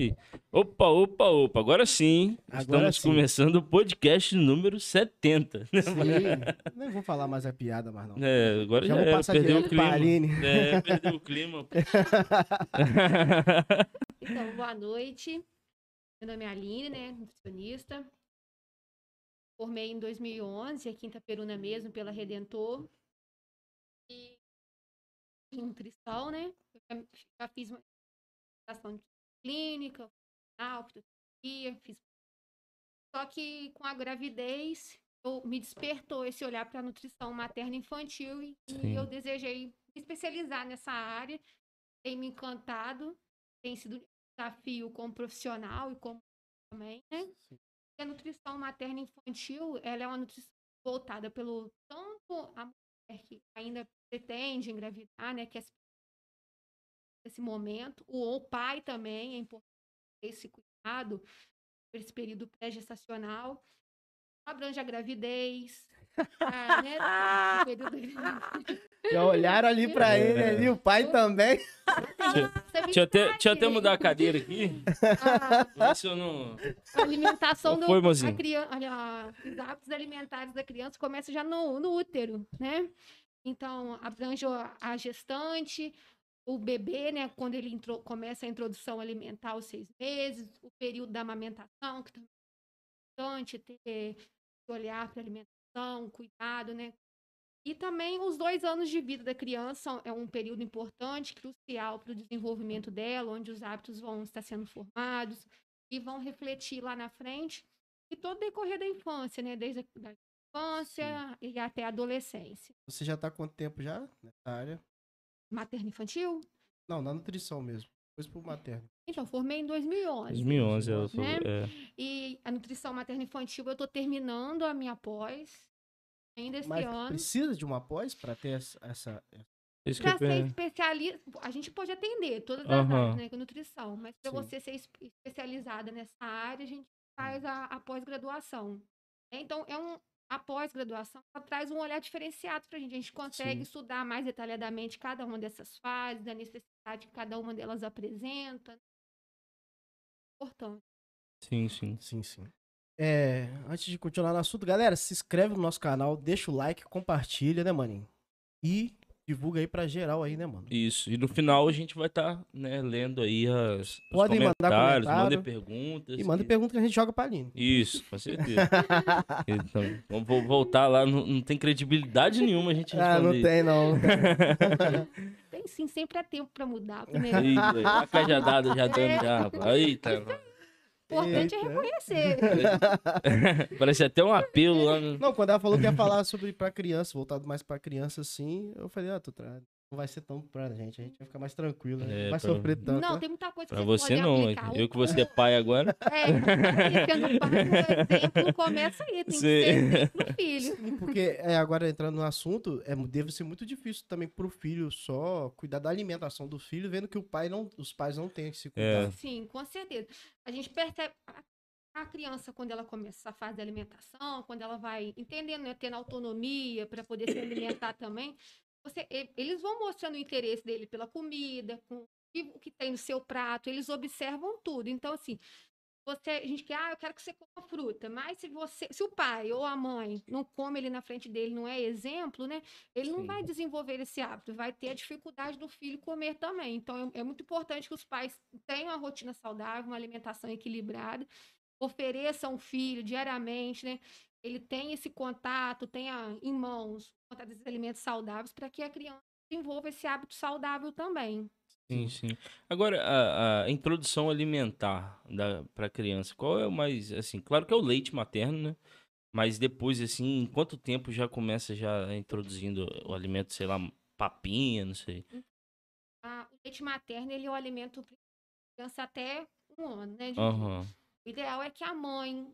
aí. Opa, opa, opa. Agora sim. Agora Estamos sim. começando o podcast número 70. Sim. Não vou falar mais a piada, mais não. É, agora Já já vou era. passar Perdeu o direto pra clima. Aline. É, perdeu o clima. Então, boa noite. Meu nome é Aline, né? Nutricionista. Formei em 2011, aqui em Itaperuna mesmo, pela Redentor. E em nutrição, né? Eu já fiz uma educação clínica, fitoterapia, fiz. Só que com a gravidez, me despertou esse olhar para a nutrição materna infantil e Sim. eu desejei me especializar nessa área. Tem me encantado, tem sido um desafio como profissional e como também, né? A nutrição materna infantil, ela é uma nutrição voltada pelo tanto a mulher que ainda pretende engravidar, né? Que é esse momento, o pai também é importante ter esse cuidado esse período pré-gestacional, abrange a gravidez, né? O período... Já olharam ali pra ele, ali, o pai também. Deixa eu até mudar a cadeira aqui. Ver se eu não... A alimentação Qual foi, mozinho? os hábitos alimentares da criança começam já no útero, né? Então, abrange a gestante, o bebê, né? Quando ele começa a introdução alimentar aos 6 meses, o período da amamentação, que também é importante ter olhar para a alimentação, cuidado, né? E também os 2 anos de vida da criança é um período importante, crucial para o desenvolvimento dela, onde os hábitos vão estar sendo formados e vão refletir lá na frente e todo o decorrer da infância, né? Desde a infância e até a adolescência. Você já tá há quanto tempo já nessa área? Materno-infantil? Não, na nutrição mesmo. Depois pro materno. Então, formei em 2011. 2011, ela falou. Né? É. E a nutrição materno-infantil, eu estou terminando a minha pós ainda esse Mas ano. precisa de uma pós pra ter essa... Isso que Para eu ser per- especialista, a gente pode atender todas as Aham. áreas, né, com nutrição, mas para Sim. você ser especializada nessa área, a gente faz a pós-graduação. Então, a pós-graduação ela traz um olhar diferenciado para a gente consegue Sim. estudar mais detalhadamente cada uma dessas fases, da necessidade que cada uma delas apresenta. Importante. Sim, sim. Sim, sim. Antes de continuar no assunto, galera, se inscreve no nosso canal, deixa o like, compartilha, né, maninho? E divulga aí pra geral aí, né, mano? Isso. E no final a gente vai estar, né, lendo aí os Podem mandar comentários, comentário. mandem perguntas. E manda pergunta que a gente joga pra Aline. Isso, com certeza. Então, vamos voltar lá. Não tem credibilidade nenhuma a gente Ah, não responder. tem, não. Tem sim, sempre é tempo para mudar. Né? Eita, a cajadada já dando já. Eita. O importante é Eita. reconhecer. Parece até um apelo lá no... Não, quando ela falou que ia falar sobre pra criança, voltado mais pra criança, assim, eu falei, não vai ser tão pra gente vai ficar mais tranquilo, né? Não vai sofrer tanto. Não, né? tem muita coisa que Pra você você pode não, aplicar. eu que vou ser pai agora. Sendo pai, o exemplo começa aí, tem que Sim. ser exemplo pro filho. Sim, porque agora entrando no assunto, deve ser muito difícil também pro filho só cuidar da alimentação do filho, vendo que os pais não têm esse cuidado. Sim, com certeza. A gente percebe a criança, quando ela começa a fase de alimentação, quando ela vai entendendo, né, tendo autonomia para poder se alimentar também, eles vão mostrando o interesse dele pela comida, com o que tem no seu prato, eles observam tudo. Então, assim, a gente quer, eu quero que você coma fruta, mas se o pai ou a mãe não come ele na frente dele, não é exemplo, né? Ele não vai desenvolver esse hábito, vai ter a dificuldade do filho comer também. Então, é muito importante que os pais tenham uma rotina saudável, uma alimentação equilibrada, ofereçam ao filho diariamente, né? Ele tem esse contato, tenha em mãos contato desses alimentos saudáveis para que a criança desenvolva esse hábito saudável também. Sim, sim. Agora, a introdução alimentar para criança, qual é o mais, assim, claro que é o leite materno, né? Mas depois, assim, em quanto tempo já começa já introduzindo o alimento, sei lá, papinha, não sei. O leite materno, ele é o alimento para criança até 1 ano, né? Aham. O ideal é que a mãe,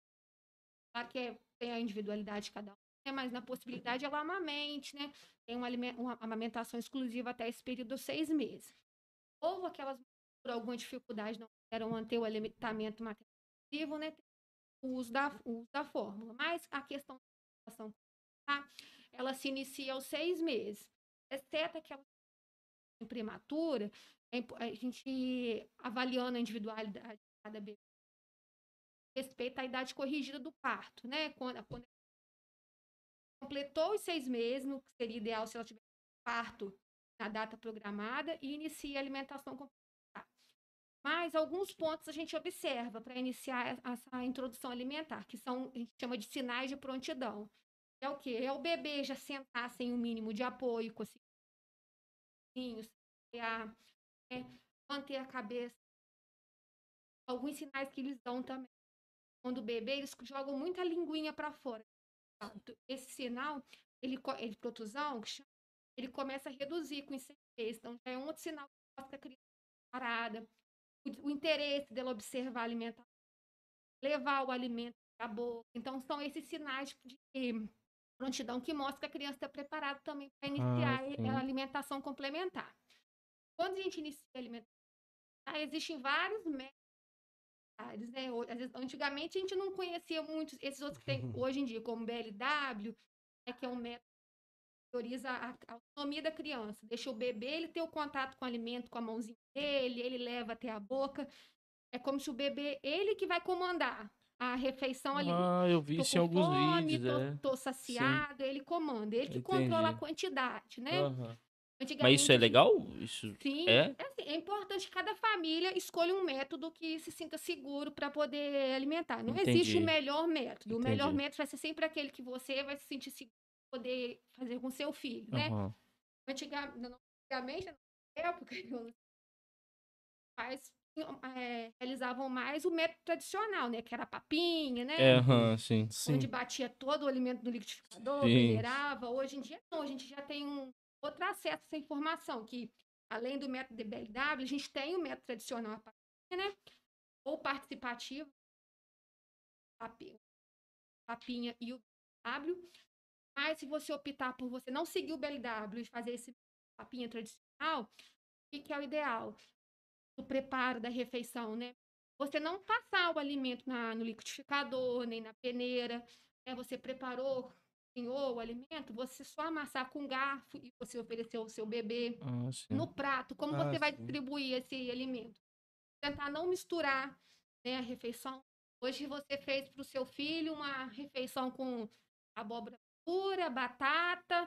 claro que tem a individualidade de cada um, né? Mas na possibilidade ela amamente, né? Tem uma amamentação exclusiva até esse período de 6 meses. Ou aquelas por alguma dificuldade não puderam manter o alimentamento materno exclusivo, né? O uso da fórmula. Mas a questão da alimentação, tá? Ela se inicia aos 6 meses. Exceto aquela prematura, a gente avaliando a individualidade de cada bebê, respeita a idade corrigida do parto, né? Quando completou os 6 meses, no que seria ideal se ela tivesse parto na data programada, e inicia a alimentação complementar. Mas alguns pontos a gente observa para iniciar essa introdução alimentar, que são, a gente chama de sinais de prontidão. É o quê? É o bebê já sentar sem o mínimo de apoio, conseguir manter a cabeça. Alguns sinais que eles dão também. Quando o bebê, eles jogam muita linguinha para fora. Esse sinal, ele protusão, que chama, ele começa a reduzir com isso. Então, já é um outro sinal que mostra que a criança está parada. O interesse dela observar a alimentação, levar o alimento à boca. Então, são esses sinais de prontidão que mostram que a criança está preparada também para iniciar a alimentação complementar. Quando a gente inicia a alimentação, existem vários métodos, né? Antigamente a gente não conhecia muitos, esses outros que tem hoje em dia, como BLW, né, que é um método que prioriza a autonomia da criança. Deixa o bebê ele ter o contato com o alimento com a mãozinha dele, ele leva até a boca. É como se o bebê, ele que vai comandar a refeição ali. Eu vi isso em alguns vídeos, tô saciado, ele comanda, ele que Entendi. controla a quantidade, né? Mas isso é legal? Isso sim, é importante que cada família escolha um método que se sinta seguro para poder alimentar. Não existe o melhor método. O melhor método vai ser sempre aquele que você vai se sentir seguro para poder fazer com seu filho, né? Antigamente, na época, pais realizavam mais o método tradicional, né? Que era a papinha, né? Sim. Onde batia todo o alimento no liquidificador, peneirava. Hoje em dia, não. A gente já tem outro acesso a essa informação, que além do método de BLW, a gente tem o método tradicional, a papinha, né? Ou participativo, papinha e o BLW. Mas se você optar por você não seguir o BLW e fazer esse papinha tradicional, o que é o ideal? O preparo da refeição, né? Você não passar o alimento no liquidificador, nem na peneira, né? Você preparou, cozinhou o alimento, você só amassar com garfo e você oferecer ao seu bebê no prato. Como você vai distribuir esse alimento? Tentar não misturar, né, a refeição. Hoje você fez para o seu filho uma refeição com abóbora pura, batata,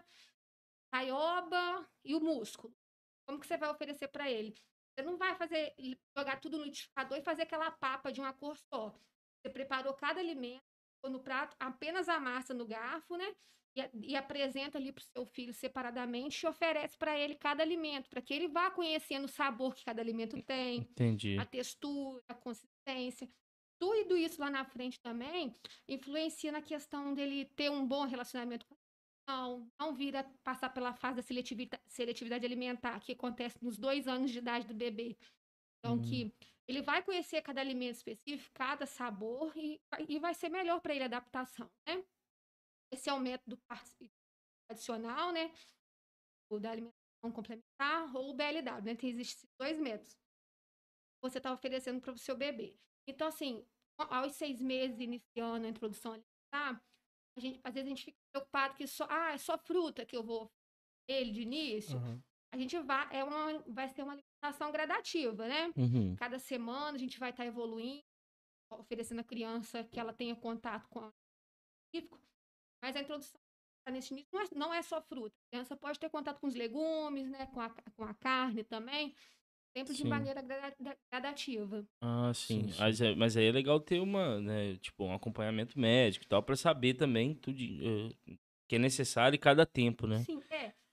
taioba e o músculo. Como que você vai oferecer para ele? Você não vai jogar tudo no liquidificador e fazer aquela papa de uma cor só. Você preparou cada alimento, no prato, apenas amassa no garfo, né? E apresenta ali para o seu filho separadamente e oferece para ele cada alimento, para que ele vá conhecendo o sabor que cada alimento tem, a textura, a consistência. Tudo isso lá na frente também influencia na questão dele ter um bom relacionamento com não vir a passar pela fase da seletividade alimentar, que acontece nos 2 anos de idade do bebê. Então, que ele vai conhecer cada alimento específico, cada sabor, e vai ser melhor para ele a adaptação, né? Esse é o método tradicional, né? O da alimentação complementar ou o BLW, né? Existem 2 métodos que você está oferecendo para o seu bebê. Então, assim, aos 6 meses, iniciando a introdução alimentar, às vezes a gente fica preocupado que é só fruta que eu vou ele de início. A gente vai ser uma alimentação gradativa, né? Cada semana a gente vai estar evoluindo, oferecendo à criança que ela tenha contato com o específico, mas a introdução nesse início não é só fruta. A criança pode ter contato com os legumes, né? Com a carne também, sempre de maneira gradativa. Sim. Mas aí é legal ter né, tipo, um acompanhamento médico e tal, para saber também tudo que é necessário em cada tempo, né? Sim,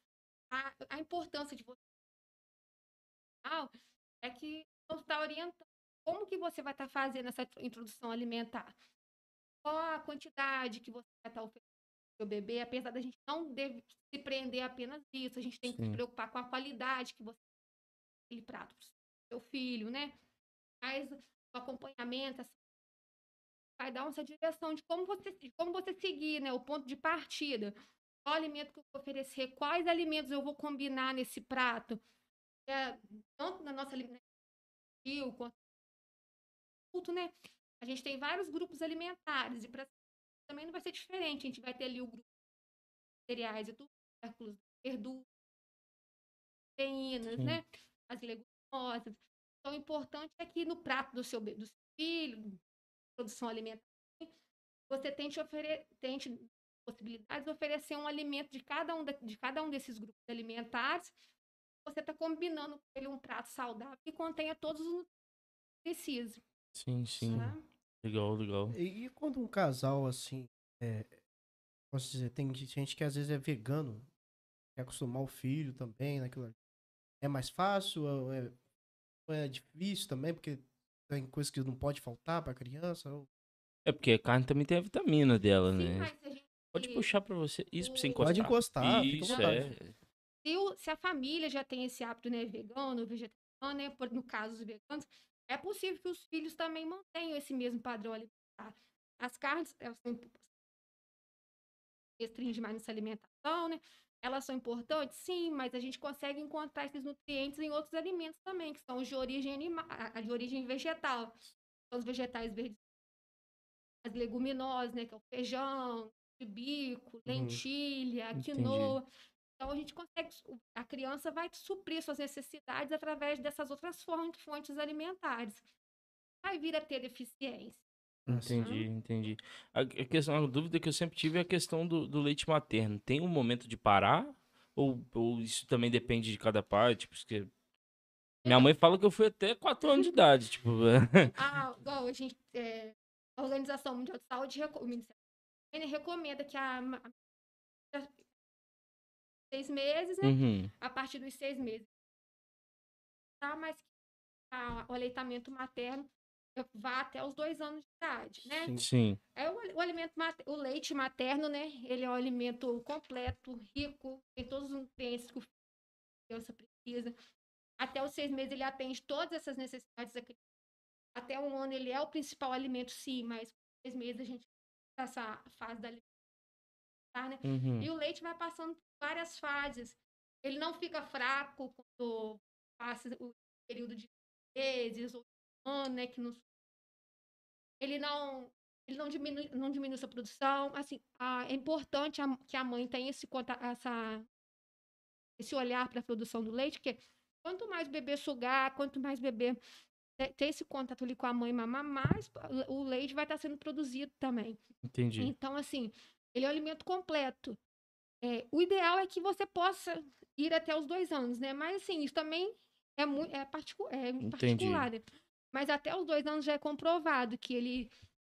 a importância de você é que você está orientando como que você vai estar fazendo essa introdução alimentar. Qual a quantidade que você vai estar oferecendo para o seu bebê, apesar da gente não deve se prender apenas isso, a gente tem que se preocupar com a qualidade que você aquele prato para o seu filho, né? Mas o acompanhamento vai dar essa direção de como você seguir, né? O ponto de partida. Qual alimento que eu vou oferecer, quais alimentos eu vou combinar nesse prato. Tanto na nossa alimentação quanto, né? A gente tem vários grupos alimentares e para também não vai ser diferente. A gente vai ter ali o grupo de cereais e tubérculos, verduras, proteínas, né? As leguminosas, leguminosas. Então, o importante é que no prato do seu filho, produção alimentar, você tente possibilidades de oferecer um alimento de cada um desses grupos alimentares. Você está combinando com ele um prato saudável que contenha todos os nutrientes que precisa, Sim, sim. tá? Legal, legal. E quando um casal, assim, posso dizer, tem gente que às vezes é vegano, quer acostumar o filho também naquilo ali. É mais fácil ou é difícil também, porque tem coisas que não pode faltar pra criança? É porque a carne também tem a vitamina dela, Sim, né? mas se a gente. Pode puxar pra você. Isso, pra você Pode encostar. encostar, fica à Isso, vontade. é. Se a família já tem esse hábito, né, vegano, vegetariano, né, no caso dos veganos, é possível que os filhos também mantenham esse mesmo padrão alimentar. As carnes, elas são restringem mais nessa alimentação, né? Elas são importantes, sim, mas a gente consegue encontrar esses nutrientes em outros alimentos também, que são os de origem animal, de origem vegetal. São os vegetais verdes, as leguminosas, né, que é o feijão, de bico, Uhum. lentilha, Entendi. quinoa. Então, a gente consegue, a criança vai suprir suas necessidades através dessas outras fontes alimentares. Vai vir a ter deficiência. Entendi, entendi. A dúvida que eu sempre tive é a questão do leite materno. Tem um momento de parar? Ou isso também depende de cada pai? Tipo, porque minha Então, mãe fala que eu fui até 4 anos de idade, tipo. igual a Organização Mundial de Saúde, o Ministério da Higiene recomenda que a 6 meses, né? Uhum. A partir dos 6 meses, tá? Mas que o aleitamento materno vá até os 2 anos de idade, né? Sim. Sim, O leite materno, né? Ele é um alimento completo, rico, tem todos os nutrientes que a criança precisa. Até os 6 meses ele atende todas essas necessidades da criança. Até 1 ano ele é o principal alimento, sim, mas com 6 meses a gente essa fase da alimentar, né? Uhum. E o leite vai passando por várias fases. Ele não fica fraco quando passa o período de meses ou ano, né? Ele não, não diminui sua produção. Assim, é importante que a mãe tenha esse olhar para a produção do leite, porque quanto mais o bebê sugar, quanto mais o bebê ter esse contato ali com a mãe mamar, mais o leite vai estar sendo produzido também. Entendi. Então, assim, ele é um alimento completo. O ideal é que você possa ir até os 2 anos, né? Mas, assim, isso também Entendi. particular, né? Mas até os 2 anos já é comprovado que ele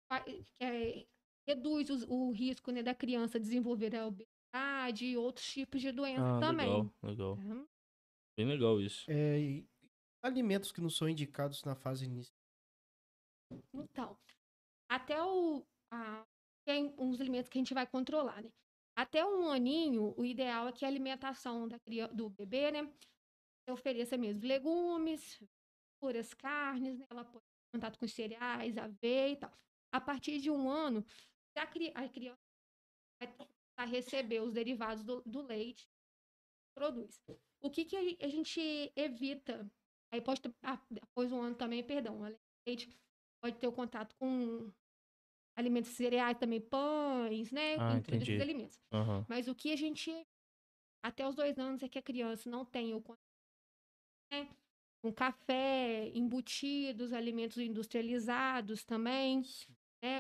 reduz o risco, né, da criança desenvolver a obesidade e outros tipos de doença Ah, também. legal, legal. Tá? Bem legal isso. E alimentos que não são indicados na fase inicial. Então, até tem uns alimentos que a gente vai controlar, né? Até 1 aninho, o ideal é que a alimentação do bebê, né, ofereça mesmo legumes, puras carnes, né? Ela pode ter contato com cereais, aveia e tal. A partir de 1 ano, a criança vai começar a receber os derivados do leite que produz. O que a gente evita? Aí pode ter, depois de 1 ano também, perdão, além do leite, pode ter o contato com alimentos cereais também, pães, né? Ah, Em todos esses entendi. alimentos. Aham. Mas o que a gente, até os 2 anos, é que a criança não tenha o contato, né, com café, embutidos, alimentos industrializados também, né?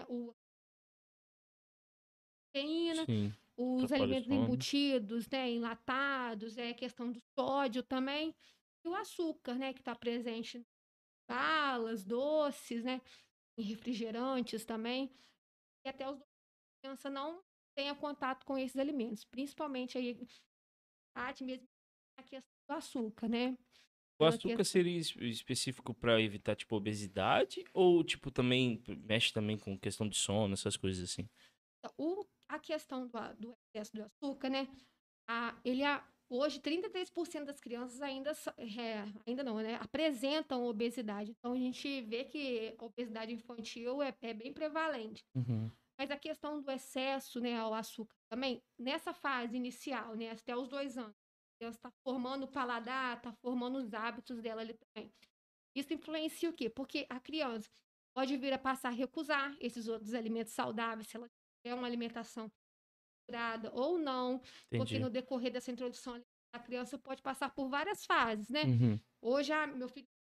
Proteína, Sim. os Atrapalha o alimentos sono. embutidos, né? Enlatados, a questão do sódio também, e o açúcar, né? Que está presente em balas, doces, né? Em refrigerantes também. E até os 2 anos, a criança não tenha contato com esses alimentos, principalmente aí mesmo a questão do açúcar, né? O Pela açúcar questão. seria específico pra evitar, tipo, obesidade? Ou, tipo, também mexe também com questão de sono, essas coisas assim? A questão do excesso do açúcar, né? Hoje, 33% das crianças ainda não, né? Apresentam obesidade. Então, a gente vê que a obesidade infantil é bem prevalente. Uhum. Mas a questão do excesso, né, ao açúcar também, nessa fase inicial, né, até os 2 anos, ela está formando o paladar, está formando os hábitos dela ali também. Isso influencia o quê? Porque a criança pode vir a passar a recusar esses outros alimentos saudáveis, se ela tiver uma alimentação curada ou não, porque Entendi. no decorrer dessa introdução a criança pode passar por várias fases, né? Uhum. Hoje, meu filho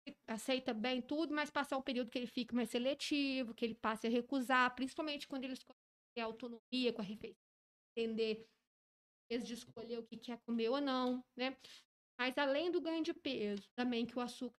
aceita bem tudo, mas passar um período que ele fique mais seletivo, que ele passe a recusar, principalmente quando eles começam a ter autonomia com a refeição, entender de escolher o que quer comer ou não, né? Mas além do ganho de peso, também que o açúcar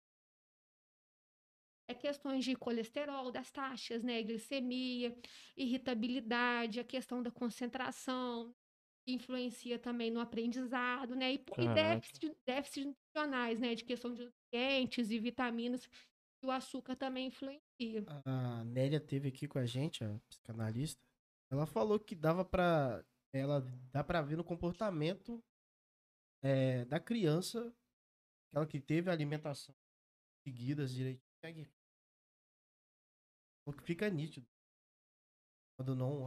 é questões de colesterol, das taxas, né? Glicemia, irritabilidade, a questão da concentração, que influencia também no aprendizado, né? E Caraca. déficits nutricionais, né? De questão de nutrientes e vitaminas, que o açúcar também influencia. A Nélia teve aqui com a gente, a psicanalista. Ela falou que dá pra ver no comportamento da criança, aquela que teve a alimentação seguidas direitinho, que fica nítido. Quando não.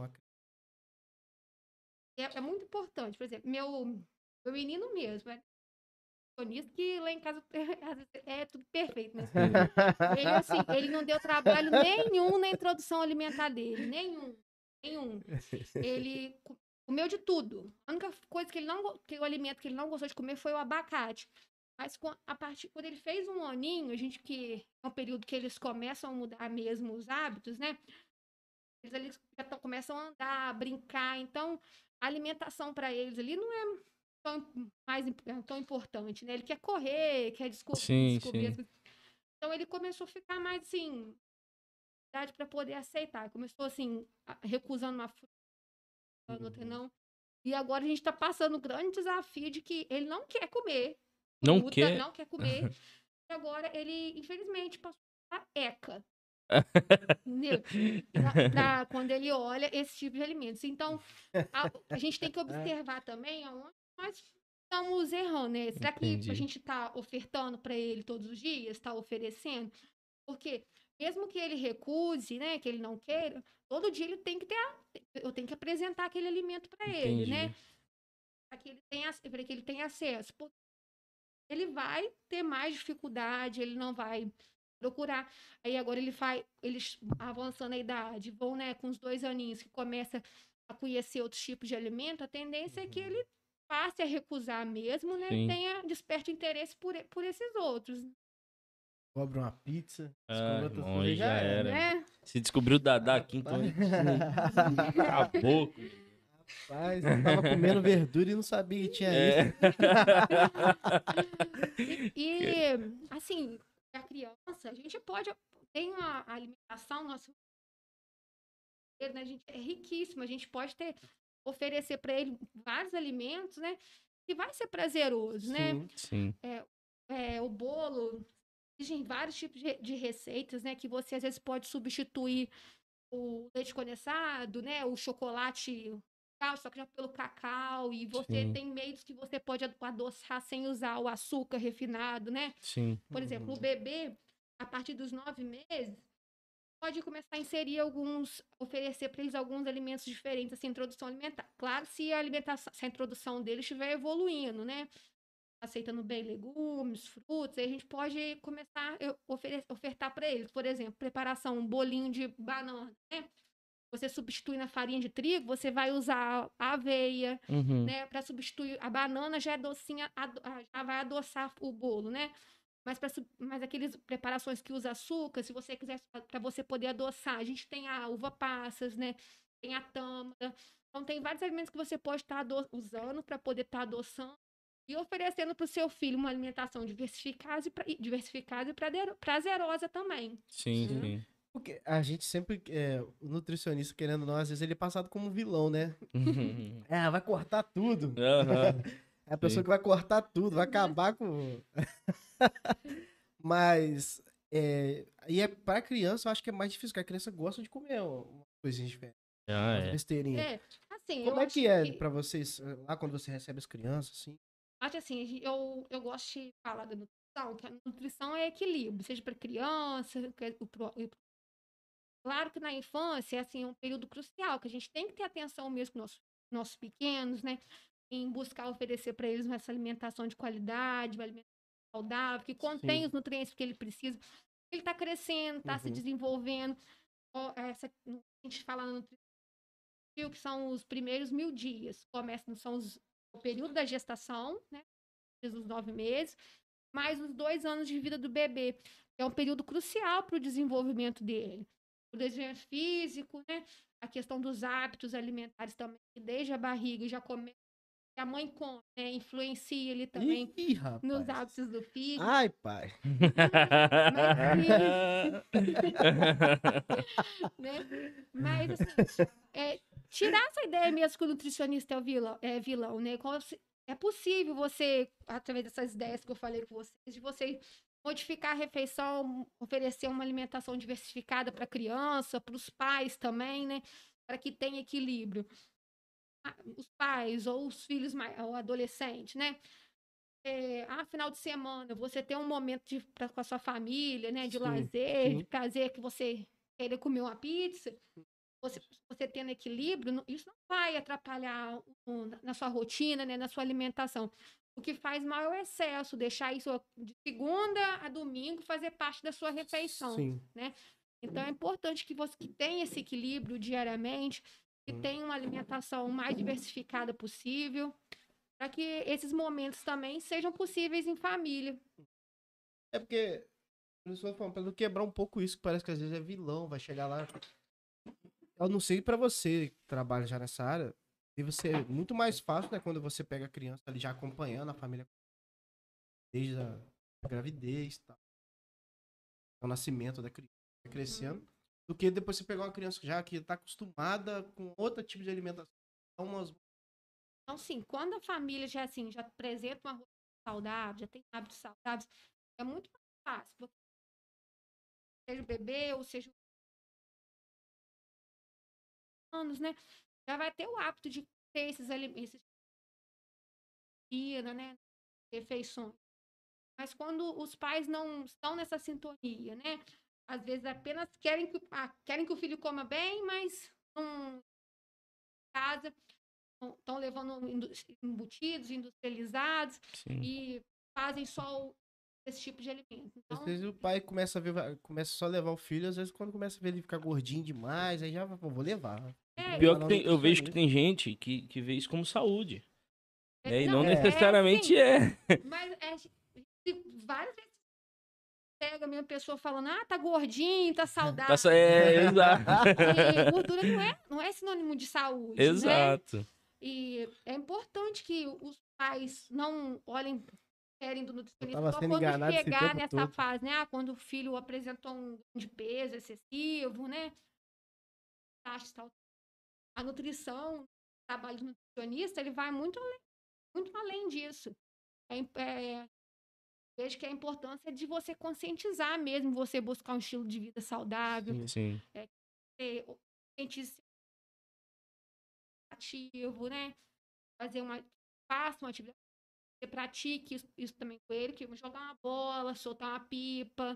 É muito importante. Por exemplo, meu menino mesmo, nisso que lá em casa é tudo perfeito, né? Ele, assim, ele não deu trabalho nenhum na introdução alimentar dele. Nenhum. Ele comeu de tudo. A única coisa que o alimento que ele não gostou de comer foi o abacate. Mas quando ele fez um aninho, que é um período que eles começam a mudar mesmo os hábitos, né? Eles ali começam a andar, a brincar. Então, a alimentação para eles ali não é tão importante, né? Ele quer correr, quer Sim, descobrir as sim. coisas. Então, ele começou a ficar mais assim, para poder aceitar. Começou assim, recusando uma fruta, outra não. E agora a gente está passando o grande desafio de que ele não quer comer Não fruta, quer. não quer comer. E agora ele, infelizmente, passou a ECA. Entendeu? Quando ele olha esse tipo de alimentos. Então, a gente tem que observar também aonde nós estamos errando, né? Será que a Entendi. gente está ofertando para ele todos os dias? Está oferecendo? Porque mesmo que ele recuse, né? Que ele não queira, todo dia ele tem que eu tenho que apresentar aquele alimento para ele, né? Entendi. Para que ele tenha acesso. Porque ele vai ter mais dificuldade, ele não vai procurar. Aí agora eles avançando a idade, vão, né, com os 2 aninhos, que começa a conhecer outros tipos de alimento, a tendência é que ele passe a recusar mesmo, né, e Sim. desperte interesse por esses outros, Cobra uma pizza, Ah, descobre outras irmão, coisas aí e já já era. era. né? Se descobriu o Dadá aqui, então acabou. Rapaz, eu tava comendo verdura e não sabia que tinha isso. É. Assim, a criança, a gente pode tem uma alimentação, nossa, né, a gente é riquíssima, a gente pode oferecer para ele vários alimentos, né? Que vai ser prazeroso, né? Sim. Sim. O bolo, existem vários tipos de receitas, né? Que você às vezes pode substituir o leite condensado, né? O chocolate, só que já pelo cacau, e você Sim. tem meios que você pode adoçar sem usar o açúcar refinado, né? Sim. Por exemplo, o bebê, a partir dos 9 meses, pode começar a inserir oferecer para eles alguns alimentos diferentes, assim, introdução alimentar. Claro, se a introdução deles estiver evoluindo, né? Aceitando bem legumes, frutas, aí a gente pode começar a ofertar para eles. Por exemplo, preparação, um bolinho de banana, né? Você substitui na farinha de trigo, você vai usar a aveia, Uhum. né? Para substituir a banana já é docinha, já vai adoçar o bolo, né? Mas aquelas preparações que usa açúcar, se você quiser, para você poder adoçar, a gente tem a uva passas, né? Tem a tâmara. Então, tem vários alimentos que você pode estar usando para poder estar adoçando e oferecendo para o seu filho uma alimentação diversificada e prazerosa também. Sim, Sim. sim. Porque a gente sempre, o nutricionista, querendo ou não, às vezes ele é passado como um vilão, né? Vai cortar tudo. Aham. É a pessoa Sim. que vai cortar tudo, vai acabar com. Mas. E pra criança, eu acho que é mais difícil, porque a criança gosta de comer uma coisinha diferente, Ah, umas é. besteirinhas. Assim, Como eu é acho que é que pra vocês, lá quando você recebe as crianças, assim? acho assim, eu gosto de falar da nutrição, que a nutrição é equilíbrio, seja para criança, claro que na infância, assim, é um período crucial, que a gente tem que ter atenção mesmo com nossos pequenos, né? Em buscar oferecer para eles essa alimentação de qualidade, uma alimentação saudável, que contém os nutrientes que ele precisa. Ele está crescendo, está se desenvolvendo. A gente fala na nutrição, que são os primeiros 1.000 dias. Começam, o período da gestação, né? Os 9 meses. mais os 2 anos de vida do bebê. É um período crucial para o desenvolvimento dele. O desenvolvimento físico, né? A questão dos hábitos alimentares também, que desde a barriga já começa. A mãe come, né? Influencia ele também Ih, nos rapaz. hábitos do filho. Ai, pai. Né? Mas, assim, tirar essa ideia mesmo que o nutricionista é o vilão, né? É possível você, através dessas ideias que eu falei com vocês, de você modificar a refeição, oferecer uma alimentação diversificada para a criança, para os pais também, né? Para que tenha equilíbrio. Os pais ou os filhos ou adolescentes, né? Final de semana, você ter um momento com a sua família, né? De Sim, lazer, de sim. prazer, que você queira comer uma pizza, você tendo equilíbrio, isso não vai atrapalhar na sua rotina, né? Na sua alimentação. O que faz mal é o excesso, deixar isso de segunda a domingo fazer parte da sua refeição, Sim. né? Então é importante que você tenha esse equilíbrio diariamente, que tenha uma alimentação mais diversificada possível, para que esses momentos também sejam possíveis em família. É porque, eu estou falando, pra não quebrar um pouco isso, que parece que às vezes é vilão, vai chegar lá. Eu não sei pra você que trabalha já nessa área, deve ser muito mais fácil, né, quando você pega a criança ali já acompanhando a família desde a gravidez, tá? O nascimento da criança, crescendo, do que depois você pegar uma criança já que tá acostumada com outro tipo de alimentação. Então, sim, quando a família já apresenta uma rotina saudável, já tem hábitos saudáveis, é muito mais fácil. Seja o bebê ou seja anos, né? Já vai ter o hábito de ter esses alimentos, né? Refeições. Mas quando os pais não estão nessa sintonia, né? Às vezes apenas querem que o filho coma bem, mas não casa, estão levando embutidos, industrializados, Sim. e fazem só esse tipo de alimento. Às Então, vezes o pai começa a ver, começa só a levar o filho, às vezes quando começa a ver ele ficar gordinho demais, aí já vou levar. Pior que eu vejo que tem gente que vê isso como saúde. Né? E não necessariamente sim, é. Mas várias vezes pega a minha pessoa falando, tá gordinho, tá saudável. Exato. E gordura não é sinônimo de saúde, Exato. Né? E é importante que os pais não olhem querem do nutricionista só quando chegar nessa fase, né? Quando o filho apresentou um de peso excessivo, né? A nutrição, o trabalho do nutricionista, ele vai muito além disso. Vejo que a importância é de você conscientizar mesmo, você buscar um estilo de vida saudável. Sim. Conscientize ativo, né? Faça uma atividade. Você pratique isso também com ele, que jogar uma bola, soltar uma pipa.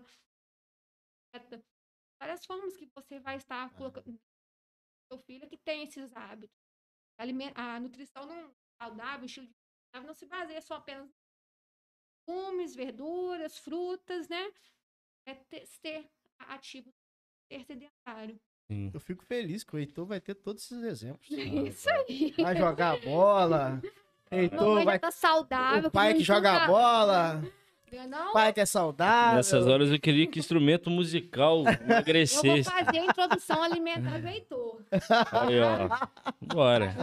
Várias formas que você vai estar colocando seu filho que tem esses hábitos. A nutrição saudável, o estilo de vida saudável, não se baseia só apenas em legumes, verduras, frutas, né? Ser ativo, ser sedentário. Sim. Eu fico feliz que o Heitor vai ter todos esses exemplos. Isso aí. Vai jogar bola. Heitor vai estar saudável. O pai que joga bola. Não? Pai que é saudável. Nessas horas eu queria que instrumento musical emagrecesse. Eu vou fazer a introdução alimentar do Heitor. Aí, ó. Bora.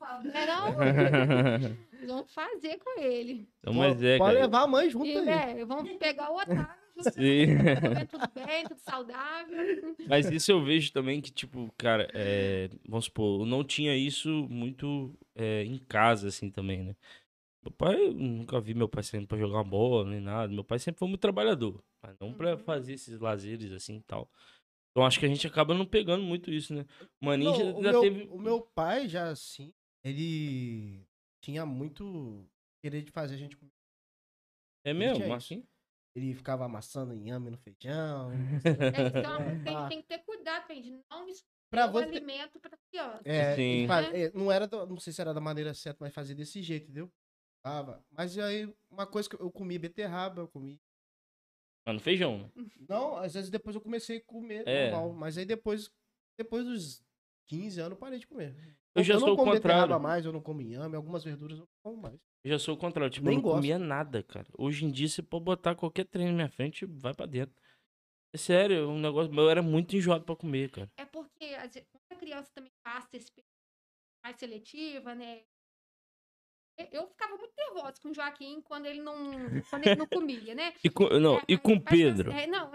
Vamos fazer com ele. Então, mas pode cara, levar a mãe junto aí. Vamos pegar o Otávio. Sim. Tudo bem, tudo saudável. Mas isso eu vejo também que, tipo, cara, vamos supor, eu não tinha isso muito em casa, assim, também, né? Meu pai, eu nunca vi meu pai saindo pra jogar bola, nem nada. Meu pai sempre foi muito trabalhador, mas não pra fazer esses lazeres, assim, e tal. Então, acho que a gente acaba não pegando muito isso, né? O Maninho já teve... O meu pai, já assim, ele tinha muito querer de fazer a gente comer. É mesmo? Assim? Ele ficava amassando inhame no feijão. Então, a gente tem que ter cuidado, de não misturar o alimento pra criança. Sim. Não era, não sei se era da maneira certa, mas fazia desse jeito, entendeu? Mas aí, uma coisa que eu comi beterraba, eu comi. Mas no feijão, né? Não, às vezes depois eu comecei a comer normal. Mas aí depois dos 15 anos eu parei de comer. Eu já Eu sou não o como beterraba contrário. mais, eu não como inhame, algumas verduras eu não como mais. Eu já sou o contrário. Tipo, Nem eu não gosto. comia nada, cara. Hoje em dia, se pode botar qualquer trem na minha frente, vai pra dentro. É sério, um negócio meu era muito enjoado pra comer, cara. É porque às vezes, quando a criança também passa esse período mais seletiva, né? Eu ficava muito nervosa com o Joaquim quando ele não comia, né? E com, não, e com Aí, Pedro? não,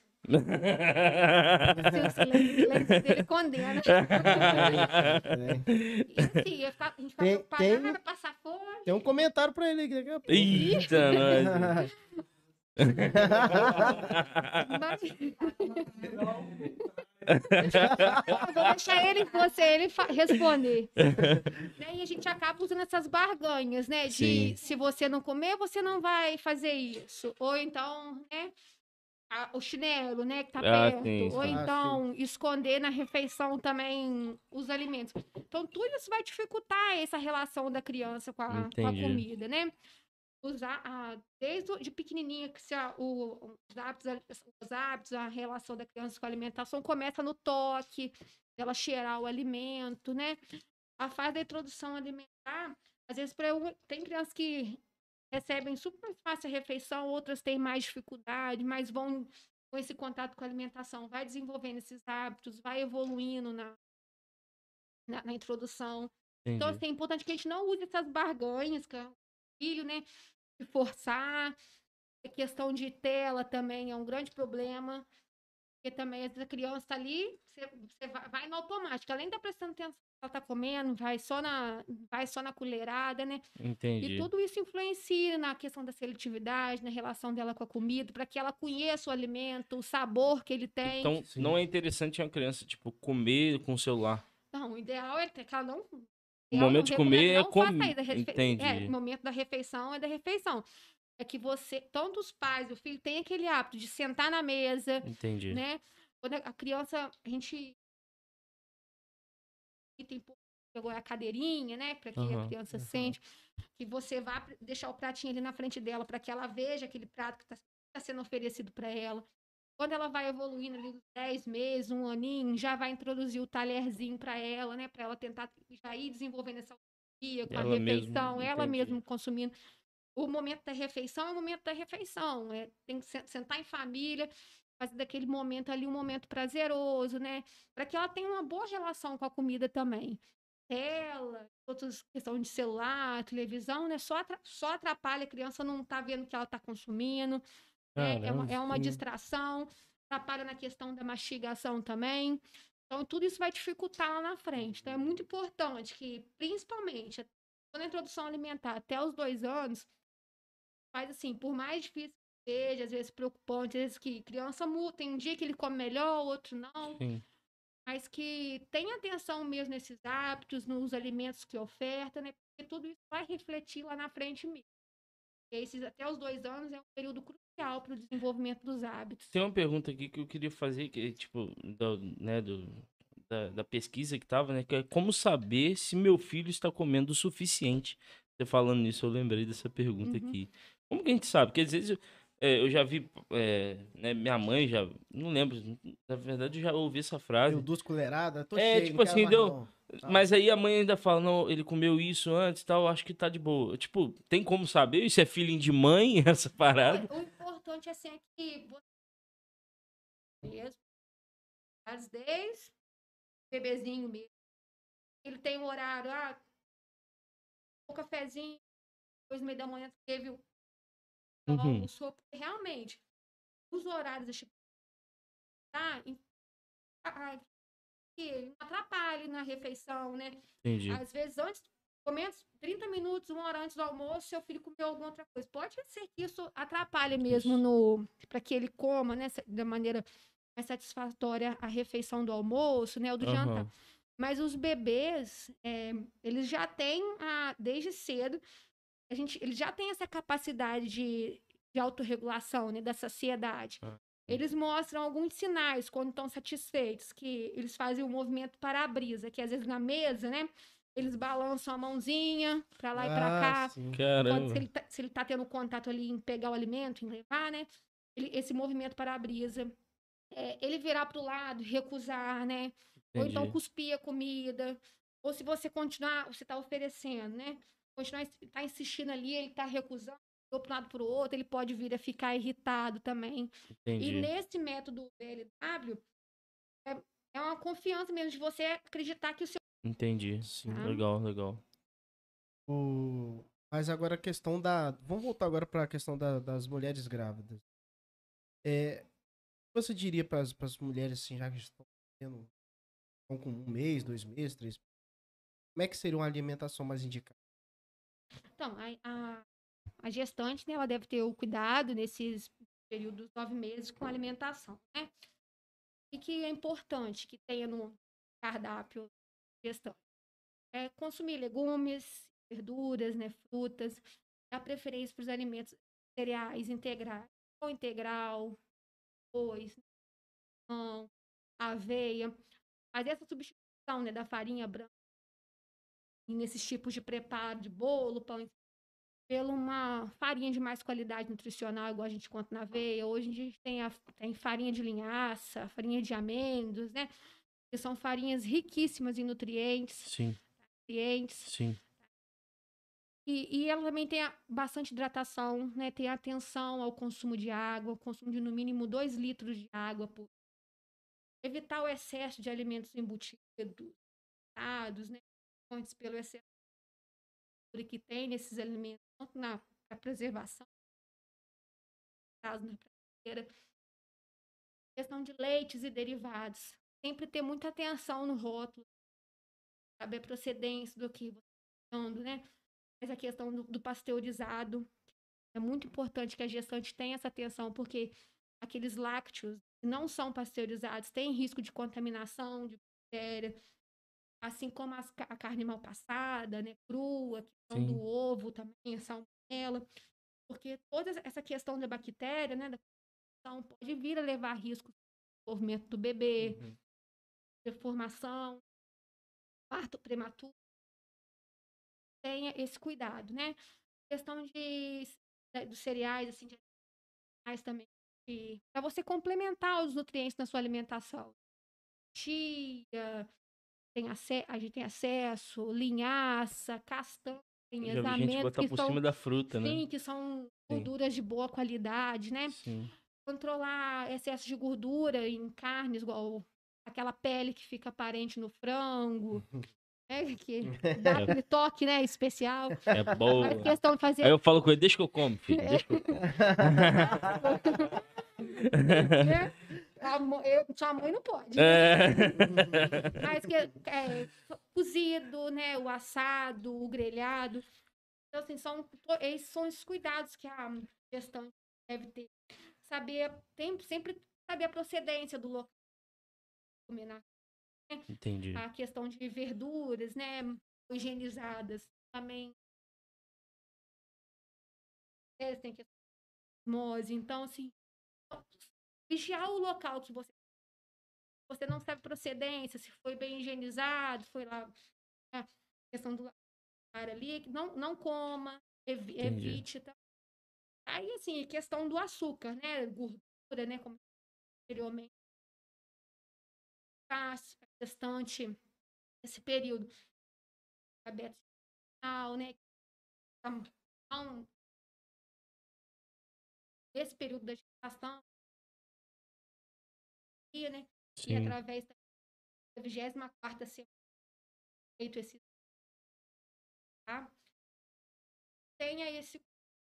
o silêncio dele condena. E assim, a gente ficava preocupada, vai passar fome. Tem um comentário pra ele aqui daqui a pouco. Eita, nós. Mas... Eu vou deixar ele responder. Né? E a gente acaba usando essas barganhas, né? Sim. De se você não comer, você não vai fazer isso. Ou então, né? O chinelo, né, que tá Ah, perto. sim, Ou sim. então esconder na refeição também os alimentos. Então, tudo isso vai dificultar essa relação da criança com a Entendi. comida, né? Usar desde de pequenininha que os hábitos, a relação da criança com a alimentação começa no toque, ela cheirar o alimento, né? A fase da introdução alimentar, às vezes tem crianças que recebem super fácil a refeição, outras têm mais dificuldade, mas vão com esse contato com a alimentação, vai desenvolvendo esses hábitos, vai evoluindo na introdução. Então, Entendi. assim, é importante que a gente não use essas barganhas, que é o filho, né? De forçar. A questão de tela também é um grande problema. Porque também, às vezes, a criança está ali, você vai no automático. Além de estar prestando atenção no que ela está comendo, vai só na colherada, né? E Entendi. tudo isso influencia na questão da seletividade, na relação dela com a comida, para que ela conheça o alimento, o sabor que ele tem. Então, Sim. não é interessante uma criança, tipo, comer com o celular. Não, o ideal é que ela não. O momento de comer é não faça comer. isso. Entendi. O momento da refeição é da refeição. É que você, tanto os pais e o filho, tem aquele hábito de sentar na mesa, Entendi. né? Quando a criança, a gente tem agora a cadeirinha, né? Para que a criança sente, que você vá deixar o pratinho ali na frente dela, para que ela veja aquele prato que está sendo oferecido para ela. Quando ela vai evoluindo ali, 10 meses, um aninho, já vai introduzir o talherzinho para ela, né? Para ela tentar já ir desenvolvendo essa autonomia com a refeição, ela mesma consumindo. O momento da refeição é o momento da refeição. Tem que sentar em família, fazer daquele momento ali um momento prazeroso, né? Para que ela tenha uma boa relação com a comida também. Tela, outras questões de celular, televisão, né? Só atrapalha, a criança não tá vendo o que ela tá consumindo. Né? É uma distração, atrapalha na questão da mastigação também. Então, tudo isso vai dificultar lá na frente. Então, é muito importante que, principalmente, na introdução alimentar até os 2 anos, faz assim, por mais difícil que seja, às vezes preocupante, às vezes que criança muda, tem um dia que ele come melhor, outro não. Sim. Mas que tenha atenção mesmo nesses hábitos, nos alimentos que oferta, né? Porque tudo isso vai refletir lá na frente mesmo. E esses até os 2 anos é um período crucial para o desenvolvimento dos hábitos. Tem uma pergunta aqui que eu queria fazer, que tipo, da pesquisa que tava, né? Que é como saber se meu filho está comendo o suficiente. Você falando nisso, eu lembrei dessa pergunta aqui. Como que a gente sabe? Porque às vezes eu já vi, né, minha mãe já, não lembro, na verdade eu já ouvi essa frase. Deu 2 colheradas, tô É, cheio, tipo não quero assim, mais deu. não. Mas aí a mãe ainda fala, não, ele comeu isso antes e tal, acho que tá de boa. Tipo, tem como saber? Isso é feeling de mãe, essa parada? O importante assim, é que você mesmo, desde bebezinho mesmo, ele tem um horário, o cafezinho, 2:30 da manhã, teve o almoço, realmente, os horários tá? Que não atrapalhe na refeição, né? Entendi. Às vezes, comendo 30 minutos, 1 hora antes do almoço, seu filho comeu alguma outra coisa. Pode ser que isso atrapalhe mesmo para que ele coma, né, da maneira mais satisfatória a refeição do almoço, né, ou do jantar. Mas os bebês, eles já têm, desde cedo, eles já têm essa capacidade de autorregulação, né, da saciedade. Eles mostram alguns sinais quando estão satisfeitos, que eles fazem o movimento para-brisa, que às vezes na mesa, né? Eles balançam a mãozinha pra lá e pra cá. Sim. Caramba. Se ele tá tendo contato ali em pegar o alimento, em levar, né? Esse movimento para-brisa. Ele virar pro lado, recusar, né? Ou então cuspir a comida. Ou se você continuar, você está oferecendo, né? Continuar, tá insistindo ali, ele está recusando, ou para um lado para o outro, ele pode vir a ficar irritado também. E Entendi. nesse método BLW, é uma confiança mesmo de você acreditar que o seu... Entendi. Sim. Tá? Legal, legal. Mas agora a questão da. Vamos voltar agora para a questão das mulheres grávidas. O que você diria para as mulheres assim, já que estão com 1 mês, 2 meses, 3 meses? Como é que seria uma alimentação mais indicada? Então, a gestante, né, ela deve ter o cuidado nesses períodos 9 meses com a alimentação, né? E que é importante que tenha no cardápio gestante. Consumir legumes, verduras, né, frutas, dar preferência para os alimentos cereais integrais, ou integral, arroz, pão, aveia. Mas essa substituição, né, da farinha branca nesses tipos de preparo de bolo, pão, pela uma farinha de mais qualidade nutricional, igual a gente conta na aveia. Hoje a gente tem farinha de linhaça, farinha de amêndoas, né? Que são farinhas riquíssimas em nutrientes. Sim. Sim. E ela também tem bastante hidratação, né? Tem atenção ao consumo de água, o consumo de no mínimo 2 litros de água por... Evitar o excesso de alimentos embutidos, né? Antes pelo excesso que tem nesses alimentos, tanto na preservação, caso na prateleira. Questão de leites e derivados. Sempre ter muita atenção no rótulo, saber a procedência do que você está dando, né? Mas a questão do pasteurizado, é muito importante que a gestante tenha essa atenção, porque aqueles lácteos que não são pasteurizados têm risco de contaminação, de bactéria, assim como a carne mal passada, né, crua, a questão do ovo também, a salmonela, porque toda essa questão da bactéria, né, da contaminação, pode vir a levar a risco do desenvolvimento do bebê, deformação, parto prematuro. Tenha esse cuidado, né? Questão dos cereais, assim, de animais também, para você complementar os nutrientes na sua alimentação. Chia, a gente tem acesso, linhaça, castanhas, Já vi gente amêndoas, botar que por são, cima da fruta, né? sim, que são gorduras de boa qualidade, né? Sim. Controlar excesso de gordura em carnes, igual aquela pele que fica aparente no frango, né? Que dá aquele toque, né, especial. É boa. Mas questão de fazer... Aí eu falo com ele, deixa que eu como, filho, deixa que eu como. Né? Sua mãe não pode. Mas cozido, né? O assado, o grelhado. Então, assim, esses são os cuidados que a gestante deve ter. Sempre saber a procedência do local. Né? Entendi. A questão de verduras, né? Higienizadas também. Tem questão de osmose. Então, assim, vigiar o local que você não sabe procedência, se foi bem higienizado, foi lá a questão do ar ali, não coma, evite. Tá? Aí, assim, questão do açúcar, né? Gordura, né? Como anteriormente. Fácil, gestante, esse período aberto, né? Então, esse período da gestação, né? Sim. E através da 24ª semana, feito esse... Tá? Tenha esse...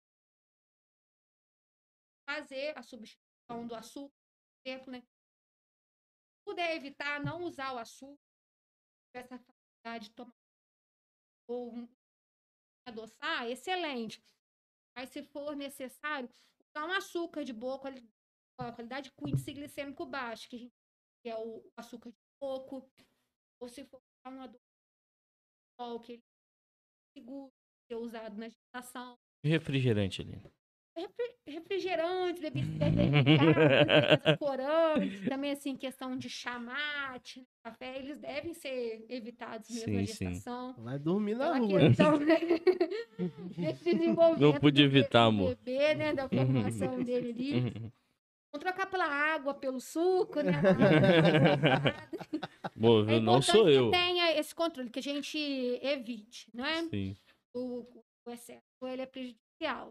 Fazer a substituição do açúcar, por exemplo, né? Se puder evitar, não usar o açúcar, essa facilidade de tomar ou adoçar, excelente. Mas se for necessário, usar um açúcar de boa qualidade com índice glicêmico baixo, que é o açúcar de coco, ou se for um adoçador, que ele é seguro de ser usado na gestação. Refrigerante ali. Refrigerante, bebidas energizadas, corantes, também assim, questão de chamate, café, eles devem ser evitados mesmo na gestação. Vai dormir na Pela rua. questão, né? Desse desenvolvimento Não pude evitar, do amor. bebê, né? Da formação dele ali. Vamos trocar pela água, pelo suco, né? Boa, viu? Não sou importante eu. que tenha esse controle, que a gente evite, né? Sim. O excesso, ele é prejudicial.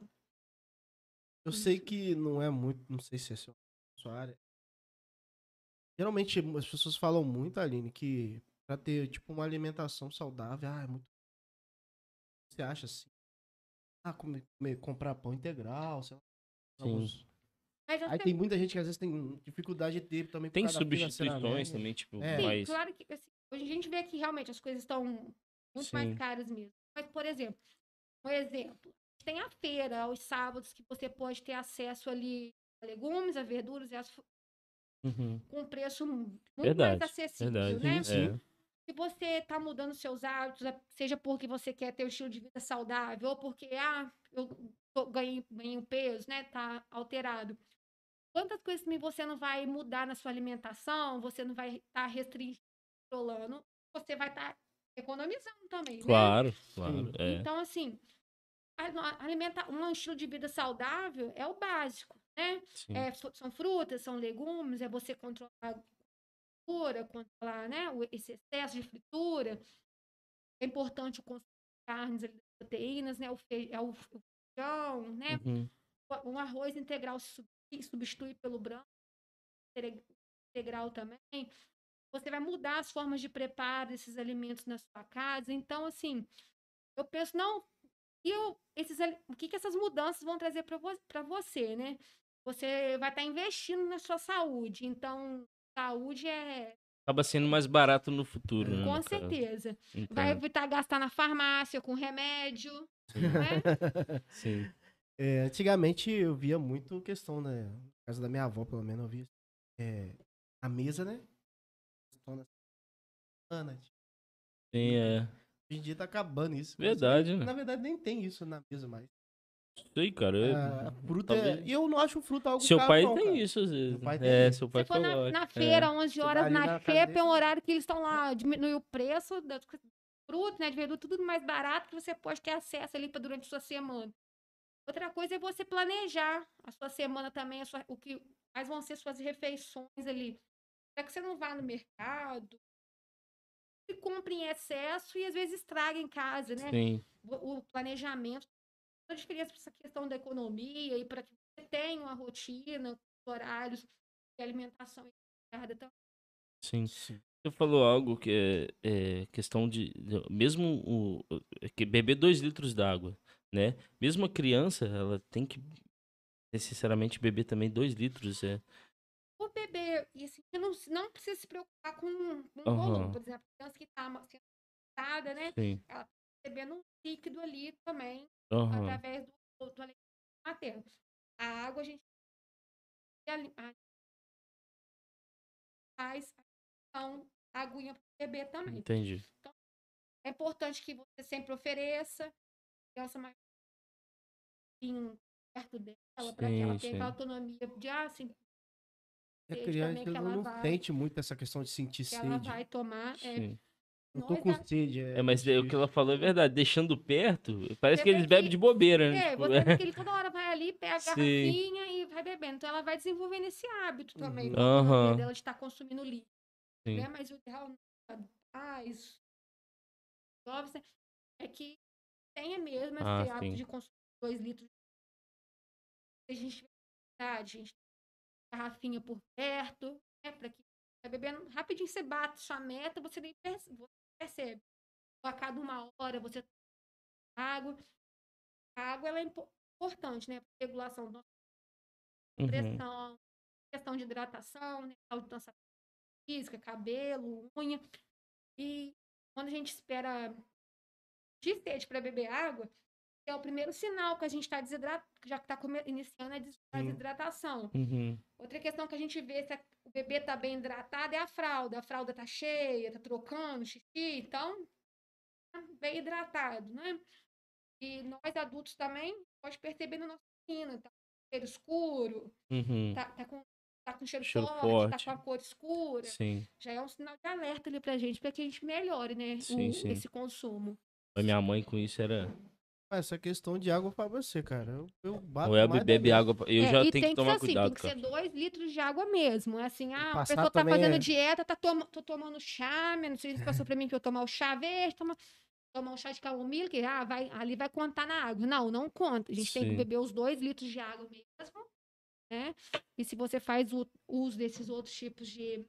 Eu sei que não é muito, não sei se é sua área. Geralmente as pessoas falam muito, Aline, que pra ter tipo uma alimentação saudável, é muito. Você acha assim? Comprar pão integral, sei lá. Sim. Mas Aí tem muita gente que às vezes tem dificuldade de ter também por Tem causa da substituições financeiramente. também, tipo, É. Sim, mais. claro que assim, hoje a gente vê que realmente as coisas estão muito mais Sim. caras mesmo. Mas, por exemplo, um exemplo, tem a feira aos sábados que você pode ter acesso ali a legumes, a verduras e Uhum. com preço muito mais Verdade. acessível, Verdade. né? Sim. É. Se você está mudando seus hábitos, seja porque você quer ter um estilo de vida saudável, ou porque, ganhei um peso, né? Tá alterado. Quantas coisas também você não vai mudar na sua alimentação, você não vai estar restringindo, controlando, você vai estar economizando também, né? Claro, claro. Sim. É. Então, assim, um estilo de vida saudável é o básico, né? Sim. São frutas, são legumes, é você controlar a gordura, controlar, né, esse excesso de fritura. É importante o consumo de carnes, proteínas, né? O feijão, né? Uhum. Um arroz integral se substitui pelo branco integral também. Você vai mudar as formas de preparo desses alimentos na sua casa. Então, assim, eu penso, não, o que essas mudanças vão trazer para você, né? Você vai estar investindo na sua saúde. Então, saúde é. Acaba sendo mais barato no futuro, né? Com No caso. certeza. Vai Entendo. evitar gastar na farmácia com remédio, Sim. não é? Sim. Antigamente eu via muito questão, né? Na casa da minha avó, pelo menos, eu via a mesa, né? Questão da semana, tipo, Sim, é. hoje em dia tá acabando isso. Verdade, né? Na verdade, nem tem isso na mesa mais. Sei, cara. A fruta Talvez. E eu não acho fruta algo Seu caro, pai não, tem cara. isso, às vezes. Meu pai É, tem. seu Se pai você for coloca. na feira, 11 Você vai horas, ali na na casa xepa, é um dele. horário que eles estão lá, diminuiu o preço das frutas, né, de verdura, tudo mais barato que você pode ter acesso ali durante a sua semana. Outra coisa é você planejar a sua semana também, o que quais vão ser suas refeições ali. Para que você não vá no mercado e compre em excesso e às vezes estraga em casa, né? Sim. O planejamento, a diferença para essa questão da economia e para que você tenha uma rotina, horários de alimentação equilibrada também. Sim. Sim. Você falou algo que é questão mesmo que beber 2 litros d'água, né? Mesmo a criança, ela tem que necessariamente beber também 2 litros, O bebê, e assim, você não precisa se preocupar com um volume. Aham. Por exemplo, a criança que está sendo alimentada, né? Sim. Ela está recebendo um líquido ali também, Aham. através do alimento materno. A água, a gente faz a aguinha para o bebê também. Entendi. Então, é importante que você sempre ofereça a criança mais perto dela, para que ela Sim, tenha aquela sim. autonomia de, assim, E a sede criança também que ela não vai, sente muito essa questão de sentir que ela sede. vai tomar. Sim. Eu tô Nós com da- sede. É, mas o que difícil. ela falou é verdade. Deixando perto, parece Você que eles vê bebem de bobeira, né? Tipo, você vê que ele toda hora vai ali, pega a Sim. garrafinha e vai bebendo. Então ela vai desenvolvendo esse hábito também, Uhum. da autonomia Aham. dela de estar consumindo líquido, Sim. né? Mas o ideal pais, jovens, né, é que tenha mesmo esse hábito Sim. de consumir 2 litros. A gente tem garrafinha por perto, né? Para que vai bebendo rapidinho, você bate sua meta, você nem percebe. A cada 1 hora você toma água. A água ela é importante, né? Para regulação da Uhum. pressão, questão de hidratação, né? Saúde física, cabelo, unha. E quando a gente espera de sede para beber água, é o primeiro sinal que a gente está desidratado, já que está iniciando a desidratação. Uhum. Outra questão que a gente vê se o bebê está bem hidratado é a fralda. A fralda está cheia, está trocando xixi, então tá bem hidratado, né? E nós adultos também pode perceber na nossa rotina, tá com cheiro escuro, Uhum. tá com cheiro Cheiro forte, tá forte. com a cor escura. Sim. Já é um sinal de alerta ali pra gente, para que a gente melhore, né, Sim, sim. esse consumo. A minha mãe com isso era Essa questão de água pra você, cara. Eu bato O Elber mais da bebe vez. água. Eu já e tenho que tem que ser tomar assim, cuidado, tem que ser cara. 2 litros de água mesmo. É assim, a Passar pessoa tá também fazendo é- dieta, tô tomando chá, não sei se passou pra mim que eu tomar o chá verde, tomar um chá de camomila, que ali vai contar na água. Não conta. A gente tem que Sim. beber os 2 litros de água mesmo, né? E se você faz o uso desses outros tipos de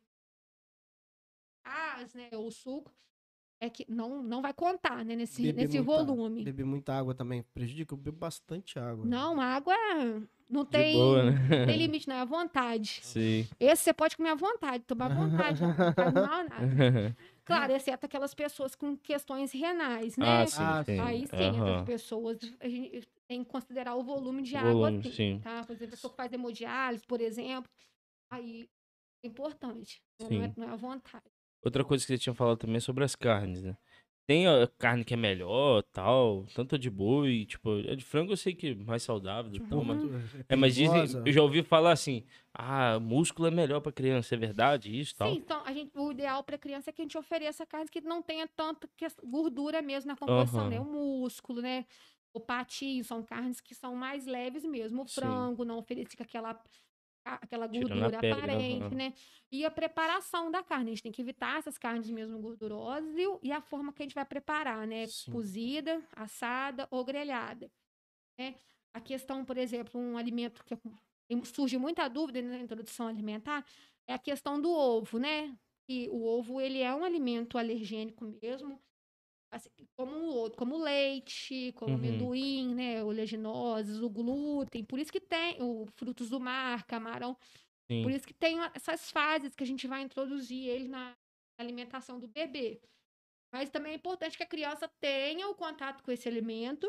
chás, né, ou suco, é que não vai contar, né, nesse volume. Beber muita água também prejudica. Eu bebo bastante água. Não, água não De boa, né? tem limite, não, é à vontade. Sim. Esse você pode comer à vontade, tomar à vontade, não faz mal nada. Claro, exceto aquelas pessoas com questões renais, né? Ah, sim, Ah, sim. Aí sim, essas Aham. pessoas, a gente tem que considerar o volume de O água, volume, sim, sim. tá? Por exemplo, a pessoa que faz hemodiálise, por exemplo, aí é importante, né? Sim. Não é à vontade. Outra coisa que você tinha falado também é sobre as carnes, né? Tem a carne que é melhor, tal, tanto a de boi, tipo, a de frango eu sei que é mais saudável e tal, mas... mas dizem, perigosa. eu já ouvi falar assim, músculo é melhor pra criança, é verdade isso, tal? Sim, então o ideal para criança é que a gente ofereça carnes que não tenha tanta gordura mesmo na composição, né? O Aham, músculo, né? O patinho, são carnes que são mais leves mesmo. O sim. frango não ofereça aquela Tirando a gordura pele, aparente, aham. né? E a preparação da carne, a gente tem que evitar essas carnes mesmo gordurosas e a forma que a gente vai preparar, né? Sim. Cozida, assada ou grelhada, né? A questão, por exemplo, um alimento que surge muita dúvida na introdução alimentar é a questão do ovo, né? E o ovo, ele é um alimento alergênico mesmo, assim, como o leite, como o Uhum, amendoim, né? Oleaginosos, o glúten, por isso que tem o frutos do mar, camarão, por sim, isso que tem essas fases que a gente vai introduzir ele na alimentação do bebê. Mas também é importante que a criança tenha o contato com esse alimento,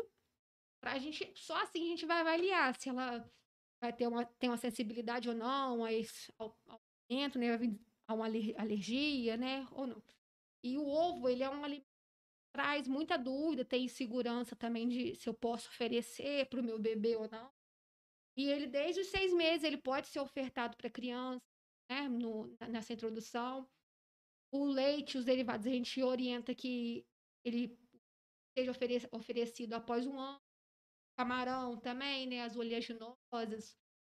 só assim a gente vai avaliar se ela vai ter uma sensibilidade ou não ao alimento, né? Vai vir a uma alergia, né? Ou não. E o ovo, ele é um alimento que traz muita dúvida, tem insegurança também de se eu posso oferecer para o meu bebê ou não. E ele, desde os 6 meses, ele pode ser ofertado para criança, né? Nessa introdução. O leite, os derivados, a gente orienta que ele seja oferecido após 1 ano. Camarão também, né? As oleaginosas.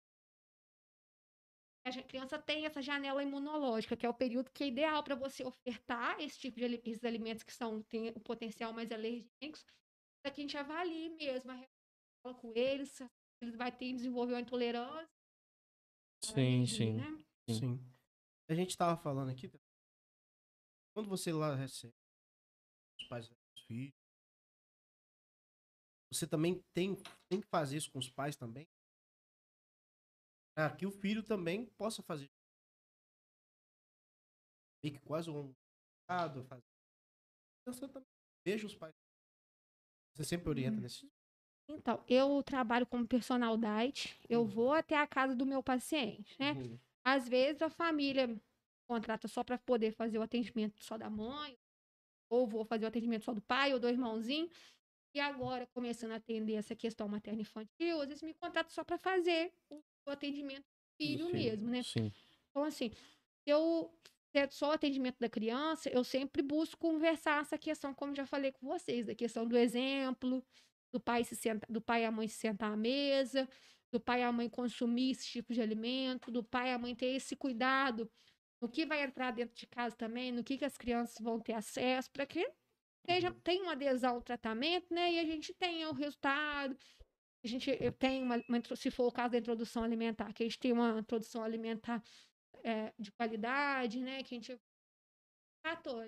A criança tem essa janela imunológica, que é o período que é ideal para você ofertar esse tipo de esses alimentos que têm o potencial mais alergênicos, para que a gente avalie mesmo a relação com eles, se eles vão desenvolver uma intolerância, uma sim, alergia, sim, né? sim. Sim. A gente tava falando aqui, quando você lá recebe os pais dos filhos, você também tem que fazer isso com os pais também, para que o filho também possa fazer meio que quase um fazer. Você também veja os pais. Você sempre orienta nesse. Então, eu trabalho como personal diet, eu vou até a casa do meu paciente, né? Uhum. Às vezes a família contrata só para poder fazer o atendimento só da mãe, ou vou fazer o atendimento só do pai ou do irmãozinho. E agora, começando a atender essa questão materno-infantil, às vezes me contratam só para fazer o atendimento do filho mesmo, né? Sim, Então, assim, se é só o atendimento da criança, eu sempre busco conversar essa questão, como já falei com vocês, da questão do exemplo, do pai e a mãe se sentar à mesa, do pai e a mãe consumir esse tipo de alimento, do pai e a mãe ter esse cuidado no que vai entrar dentro de casa também, no que as crianças vão ter acesso, para que tenha uma adesão ao tratamento, né? E a gente tenha o resultado. Eu tenho se for o caso da introdução alimentar, que a gente tem uma introdução alimentar de qualidade, né? Que a gente fator.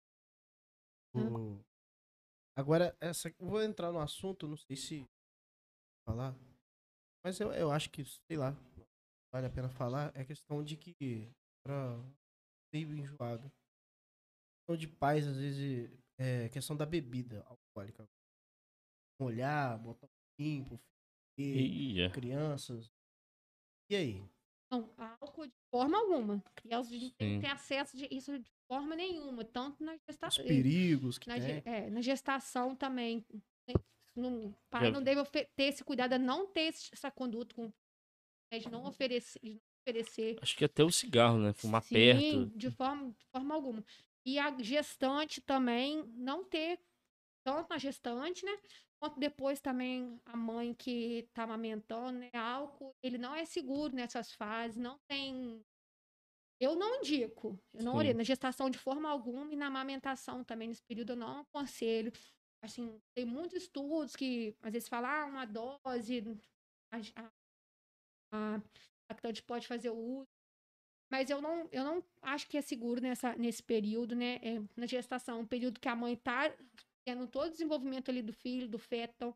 O- Agora, eu vou entrar no assunto, não sei se falar, mas eu acho que, sei lá, vale a pena falar, é questão de que, pra meio enjoado, questão de pais, às vezes, é questão da bebida alcoólica. Molhar, botar um limpo, ia. crianças. E aí? Não, álcool de forma alguma. Crianças não tem que Sim. ter acesso a isso de forma nenhuma, tanto na Os gestação. perigos que tem. Na gestação também. O pai Já- não deve ter esse cuidado, a não ter essa conduta de não oferecer. Acho que até o cigarro, né? Fumar perto. Sim, de forma alguma. E a gestante também não ter, tanto na gestante, né? quanto depois também a mãe que tá amamentando, né? Álcool, ele não é seguro nessas fases, não tem. Eu não indico, eu não Sim. oriento. Na gestação de forma alguma e na amamentação também, nesse período, eu não aconselho. Assim, tem muitos estudos que às vezes falam, uma dose, a, a lactante pode fazer o uso. Mas eu não acho que é seguro nesse período, né? Na gestação, um período que a mãe tá tendo todo o desenvolvimento ali do filho, do feto. Então,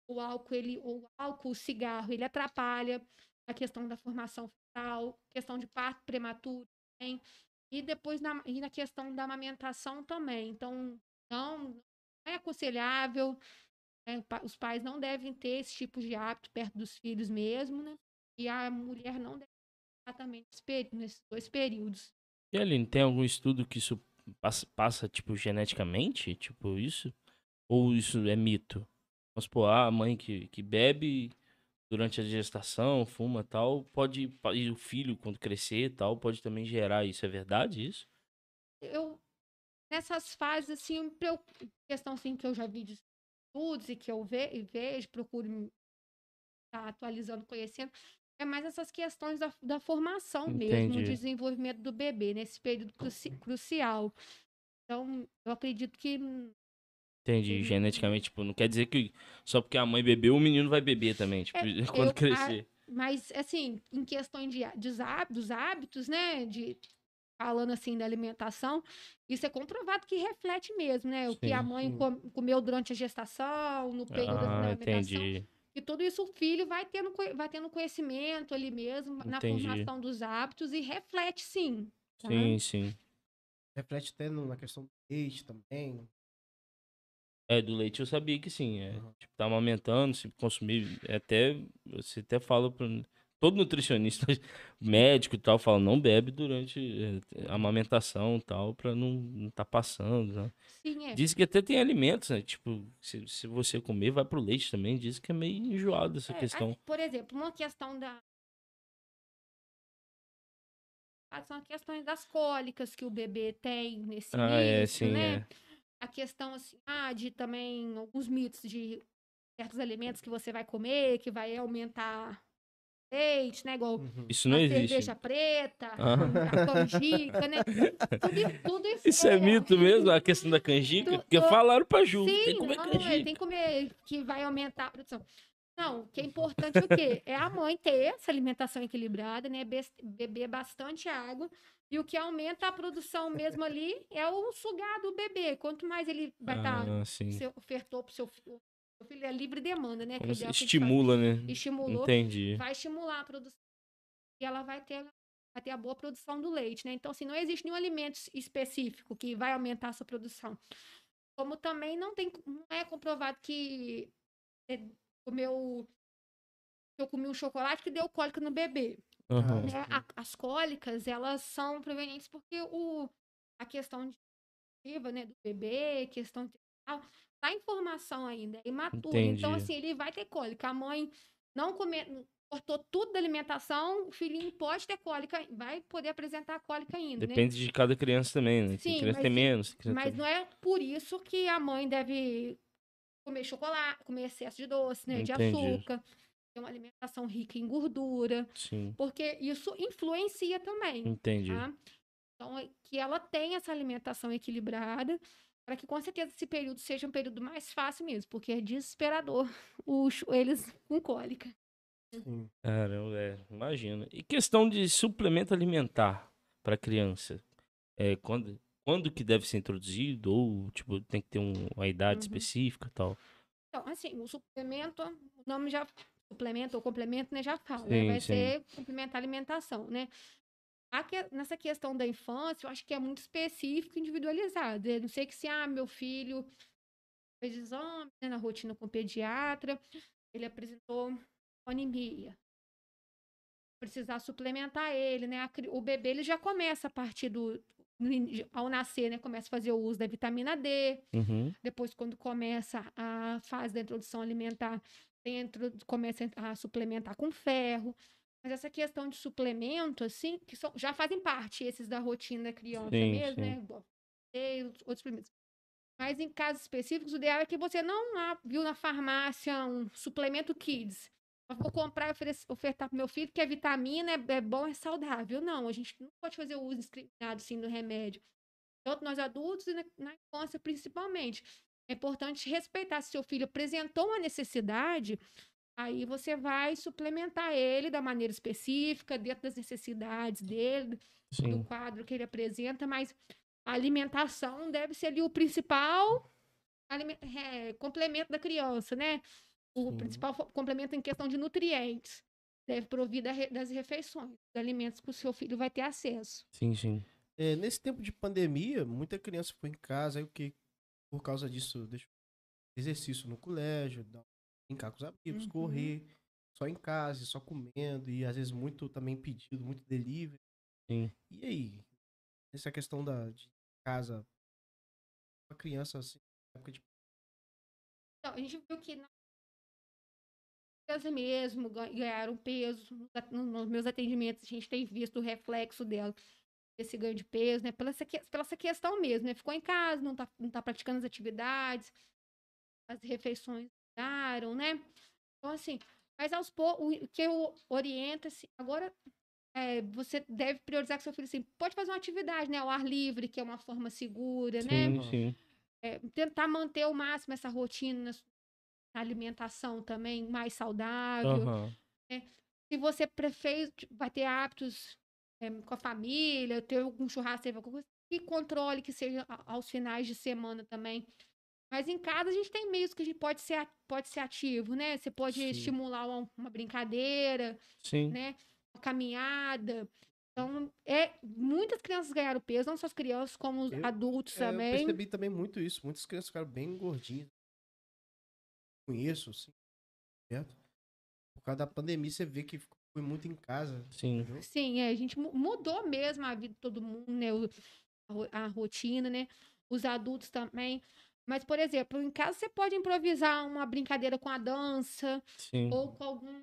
o cigarro, ele atrapalha a questão da formação fetal, questão de parto prematuro também. E depois na questão da amamentação também. Então, não é aconselhável, né? Os pais não devem ter esse tipo de hábito perto dos filhos mesmo, né? E a mulher não deve também nesses 2 períodos. E Aline, tem algum estudo que isso passa, tipo, geneticamente? Tipo, isso? Ou isso é mito? Vamos supor, a mãe que bebe durante a gestação, fuma tal, e o filho, quando crescer tal, pode também gerar isso. É verdade isso? Eu, nessas fases, assim, questão assim, que eu já vi de estudos e que eu vejo, procuro estar atualizando, conhecendo, é mais essas questões da formação mesmo, o Entendi. desenvolvimento do bebê, nesse período crucial. Então, eu acredito que Entendi. ele, Geneticamente, tipo, não quer dizer que só porque a mãe bebeu, o menino vai beber também, tipo, é, quando crescer. mas, assim, em questões dos hábitos, né, falando assim da alimentação, isso é comprovado que reflete mesmo, né? O que a Sim. mãe comeu durante a gestação, no período assim, da Ah, amamentação, entendi. e tudo isso o filho vai tendo conhecimento ali mesmo, na Entendi. formação dos hábitos, e reflete sim, tá? Sim, sim. Reflete até na questão do leite também. É, do leite eu sabia que sim. É, Aham. tipo, tá amamentando, se consumir, você até fala pro todo nutricionista, médico e tal, fala, não bebe durante a amamentação e tal, pra não tá passando, né? Sim, é. Diz que até tem alimentos, né? Tipo, se você comer, vai pro leite também. Diz que é meio enjoado essa questão. Por exemplo, uma questão são as questões das cólicas que o bebê tem nesse Ah, é, início, sim, né? é. A questão assim, de também alguns mitos de certos alimentos que você vai comer, que vai aumentar leite, né? Igual Uhum. Isso não a existe. cerveja preta, Ah. a canjica, né? Tudo isso Isso é mito mesmo, a questão da canjica? Porque falaram pra Ju, tem que sim, comer não, tem que canjica. comer, que vai aumentar a produção. Não, o que é importante é o quê? É a mãe ter essa alimentação equilibrada, né? Beber bastante água. E o que aumenta a produção mesmo ali é o sugar do bebê. Quanto mais ele vai estar, Ah, sim. ofertou pro seu filho. O filho é livre demanda, né? Que é o Como ideal que a gente fala. estimula, né? Estimulou, Entendi. vai estimular a produção. E ela vai ter a boa produção do leite, né? Então, assim, não existe nenhum alimento específico que vai aumentar a sua produção. Como também não é comprovado que é, comeu, eu comi um chocolate que deu cólica no bebê, Ah, Aham. né? sim. As cólicas, elas são provenientes porque a questão digestiva, né, do bebê, questão intestinal, tá em formação ainda, é imaturo. Então, Entendi. assim, ele vai ter cólica. A mãe não cortou tudo da alimentação, o filhinho pode ter cólica, vai poder apresentar cólica ainda, né? Depende de cada criança também, né? Tem Sim, criança que tem menos, tem criança que mas tem... não é por isso que a mãe deve comer chocolate, comer excesso de doce, né, de Entendi. açúcar, ter uma alimentação rica em gordura, Sim, porque isso influencia também, entendi. tá? Então, que ela tenha essa alimentação equilibrada, para que com certeza esse período seja um período mais fácil mesmo, porque é desesperador eles com cólica. Sim. Caramba, imagina. E questão de suplemento alimentar para criança? Quando que deve ser introduzido? Ou, tipo, tem que ter uma idade Uhum. específica e tal? Então, assim, o nome já, suplemento ou complemento, né, já fala, né? Sim, Vai sim. ser complementar a alimentação, né? Nessa questão da infância, eu acho que é muito específico e individualizado. Eu não sei que se, meu filho fez exame, né, na rotina com o pediatra, ele apresentou anemia. Precisar suplementar ele, né? O bebê, ele já começa a partir ao nascer, né? Começa a fazer o uso da vitamina D. Uhum. Depois, quando começa a fase da introdução alimentar, começa a suplementar com ferro. Mas essa questão de suplemento, assim, que já fazem parte esses da rotina da criança Sim, mesmo, sim. né? Igual, outros suplementos. Mas em casos específicos, o ideal é que você não viu na farmácia um suplemento Kids. Eu vou comprar e ofertar para meu filho, que é vitamina, é bom, é saudável. Não, a gente não pode fazer o uso indiscriminado, sim, do remédio. Tanto nós adultos e na infância, principalmente. É importante respeitar. Se seu filho apresentou uma necessidade, aí você vai suplementar ele da maneira específica, dentro das necessidades dele, do Sim. quadro que ele apresenta, mas a alimentação deve ser ali o principal complemento da criança, né? O Sim. principal complemento em questão de nutrientes. Deve provir das refeições, dos alimentos que o seu filho vai ter acesso. Sim, sim. Nesse tempo de pandemia, muita criança ficou em casa, aí o que por causa disso, deixou exercício no colégio, brincar com os amigos, Uhum. correr, só em casa, só comendo, e às vezes muito também pedido, muito delivery. Sim. E aí, essa questão de casa, uma criança assim, na época de Então, a gente viu que na criança mesmo ganharam peso. Nos meus atendimentos, a gente tem visto o reflexo dela, esse ganho de peso, né? Pela essa questão mesmo, né? Ficou em casa, não tá praticando as atividades, as refeições mudaram, né? Então, assim, mas aos poucos, o que eu oriento, assim, agora você deve priorizar com seu filho, assim, pode fazer uma atividade, né? Ao ar livre, que é uma forma segura, né? Sim, sim. Tentar manter ao máximo essa rotina na alimentação também mais saudável. Aham. Se você prefere, vai ter hábitos com a família, ter algum churrasco, teve alguma coisa, que controle que seja aos finais de semana também. Mas em casa a gente tem meios que a gente pode ser ativo, né? Você pode Sim. estimular uma brincadeira, Sim. né? Uma caminhada. Então, muitas crianças ganharam peso, não só as crianças, como os adultos eu também. percebi também muito isso. Muitas crianças ficaram bem gordinhas. Conheço, assim, certo? Por causa da pandemia, você vê que foi muito em casa. Sim. Entendeu? Sim, a gente mudou mesmo a vida de todo mundo, né? A rotina, né? Os adultos também. Mas, por exemplo, em casa você pode improvisar uma brincadeira com a dança Sim. ou com algum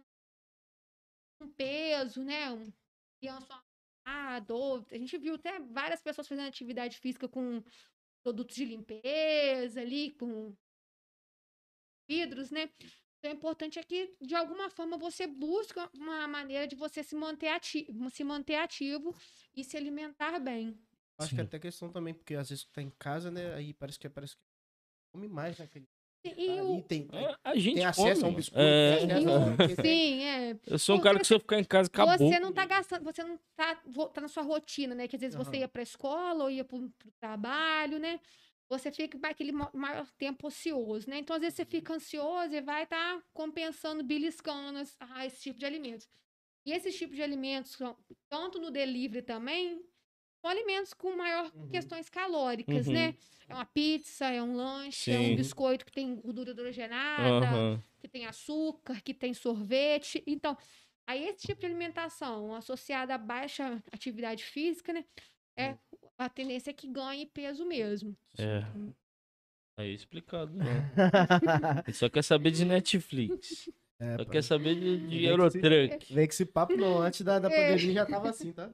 peso, né? Criança ou a gente viu até várias pessoas fazendo atividade física com produtos de limpeza ali, com vidros, né? Então, o importante é que, de alguma forma, você busca uma maneira de você se manter ativo e se alimentar bem. Acho que Sim. até questão também, porque às vezes tá em casa, né? Aí parece que come mais naquele. E Ali tem A gente acesso a um come. biscoito. tem acesso a um quê, tem- Sim. Eu sou um cara que se eu ficar em casa, acabou. Você não tá gastando, você não tá na sua rotina, né? Que às vezes você Aham. ia pra escola ou ia pro trabalho, né? Você fica com aquele maior tempo ocioso, né? Então, às vezes, você fica ansioso e vai estar compensando, beliscando esse tipo de alimentos. E esses tipos de alimentos, tanto no delivery também, são alimentos com maior questões calóricas, Uhum. né? É uma pizza, é um lanche, é Sim. um biscoito que tem gordura hidrogenada, Aham. que tem açúcar, que tem sorvete. Então, aí esse tipo de alimentação associada a baixa atividade física, né? A tendência é que ganhe peso mesmo. É. Aí explicado, né? Ele só quer saber de Netflix. Só pai. quer saber de Vem que Eurotruck. Vem que esse papo não, antes da pandemia já tava assim, tá?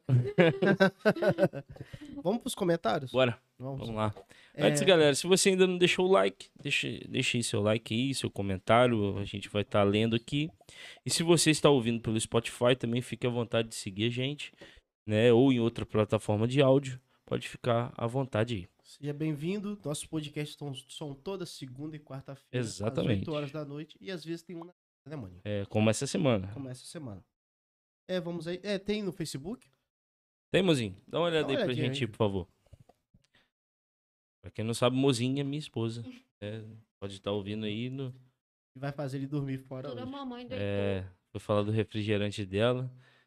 Vamos pros comentários? Bora, Vamos. vamos lá. Antes, galera, se você ainda não deixou o like, deixa aí seu like aí, seu comentário, a gente vai estar lendo aqui. E se você está ouvindo pelo Spotify, também fique à vontade de seguir a gente, né? Ou em outra plataforma de áudio, pode ficar à vontade aí. Seja bem-vindo. Nossos podcasts são toda segunda e quarta-feira, Exatamente. às 8 horas da noite. E às vezes tem um na Alemanha, Como essa semana. como essa semana. Vamos aí. Tem no Facebook? Tem, mozinho? Dá uma olhada Dá uma aí pra olhadinha gente, aí. por favor. Pra quem não sabe, mozinha é minha esposa. Pode estar ouvindo aí. E vai fazer ele dormir fora Toda hoje. mamãe deitou. Foi falar do refrigerante dela.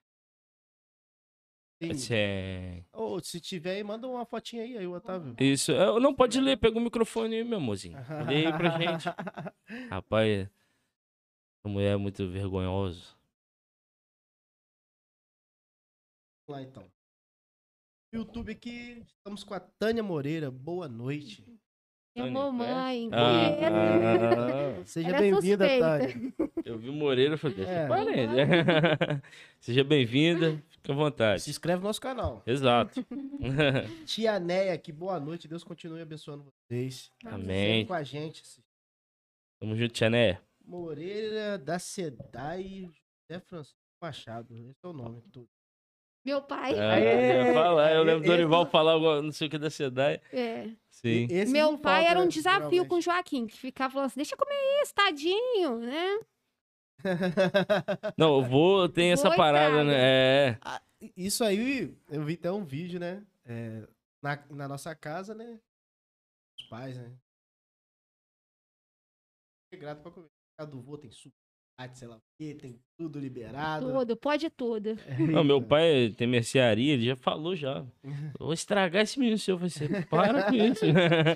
Tem- É... Ou se tiver aí, manda uma fotinha aí, Otávio. Isso. Não, pode ler. Pega o microfone aí, meu mozinho. Lê aí pra gente. Rapaz, a mulher é muito vergonhosa. Vamos lá, então. YouTube aqui, estamos com a Tânia Moreira. Boa noite. Minha Tânia, mamãe. Ah, Seja Era bem-vinda, suspeita. Tânia. Eu vi o Moreira e falei, deixa É. eu parente. Seja bem-vinda, fica à Se vontade. inscreve no nosso canal. Exato. Tia Neia, que boa noite. Deus continue abençoando vocês. Amém. Sempre com a gente. Tamo junto, Tchané. Moreira da Sedai José Francisco Machado. Esse é o nome. Meu pai. Eu ia falar, eu lembro do Esse- Dorival falar algo, não sei o que da SEDAI. É. Sim. Esses Meu não pai faltam, era um né, desafio com o geralmente. Joaquim, que ficava falando assim, deixa eu comer isso, tadinho, né? Não, o vô tem essa Vô parada, estraga. né? É. Ah, isso aí, eu vi até um vídeo, né? Na nossa casa, né? Os pais, né? É grato pra comer. A casa do vô tem suco, sei lá o quê, tem tudo liberado. Tudo, pode tudo. Não, meu Eita. pai tem mercearia, ele já falou já. Vou estragar esse menino seu, você para com isso.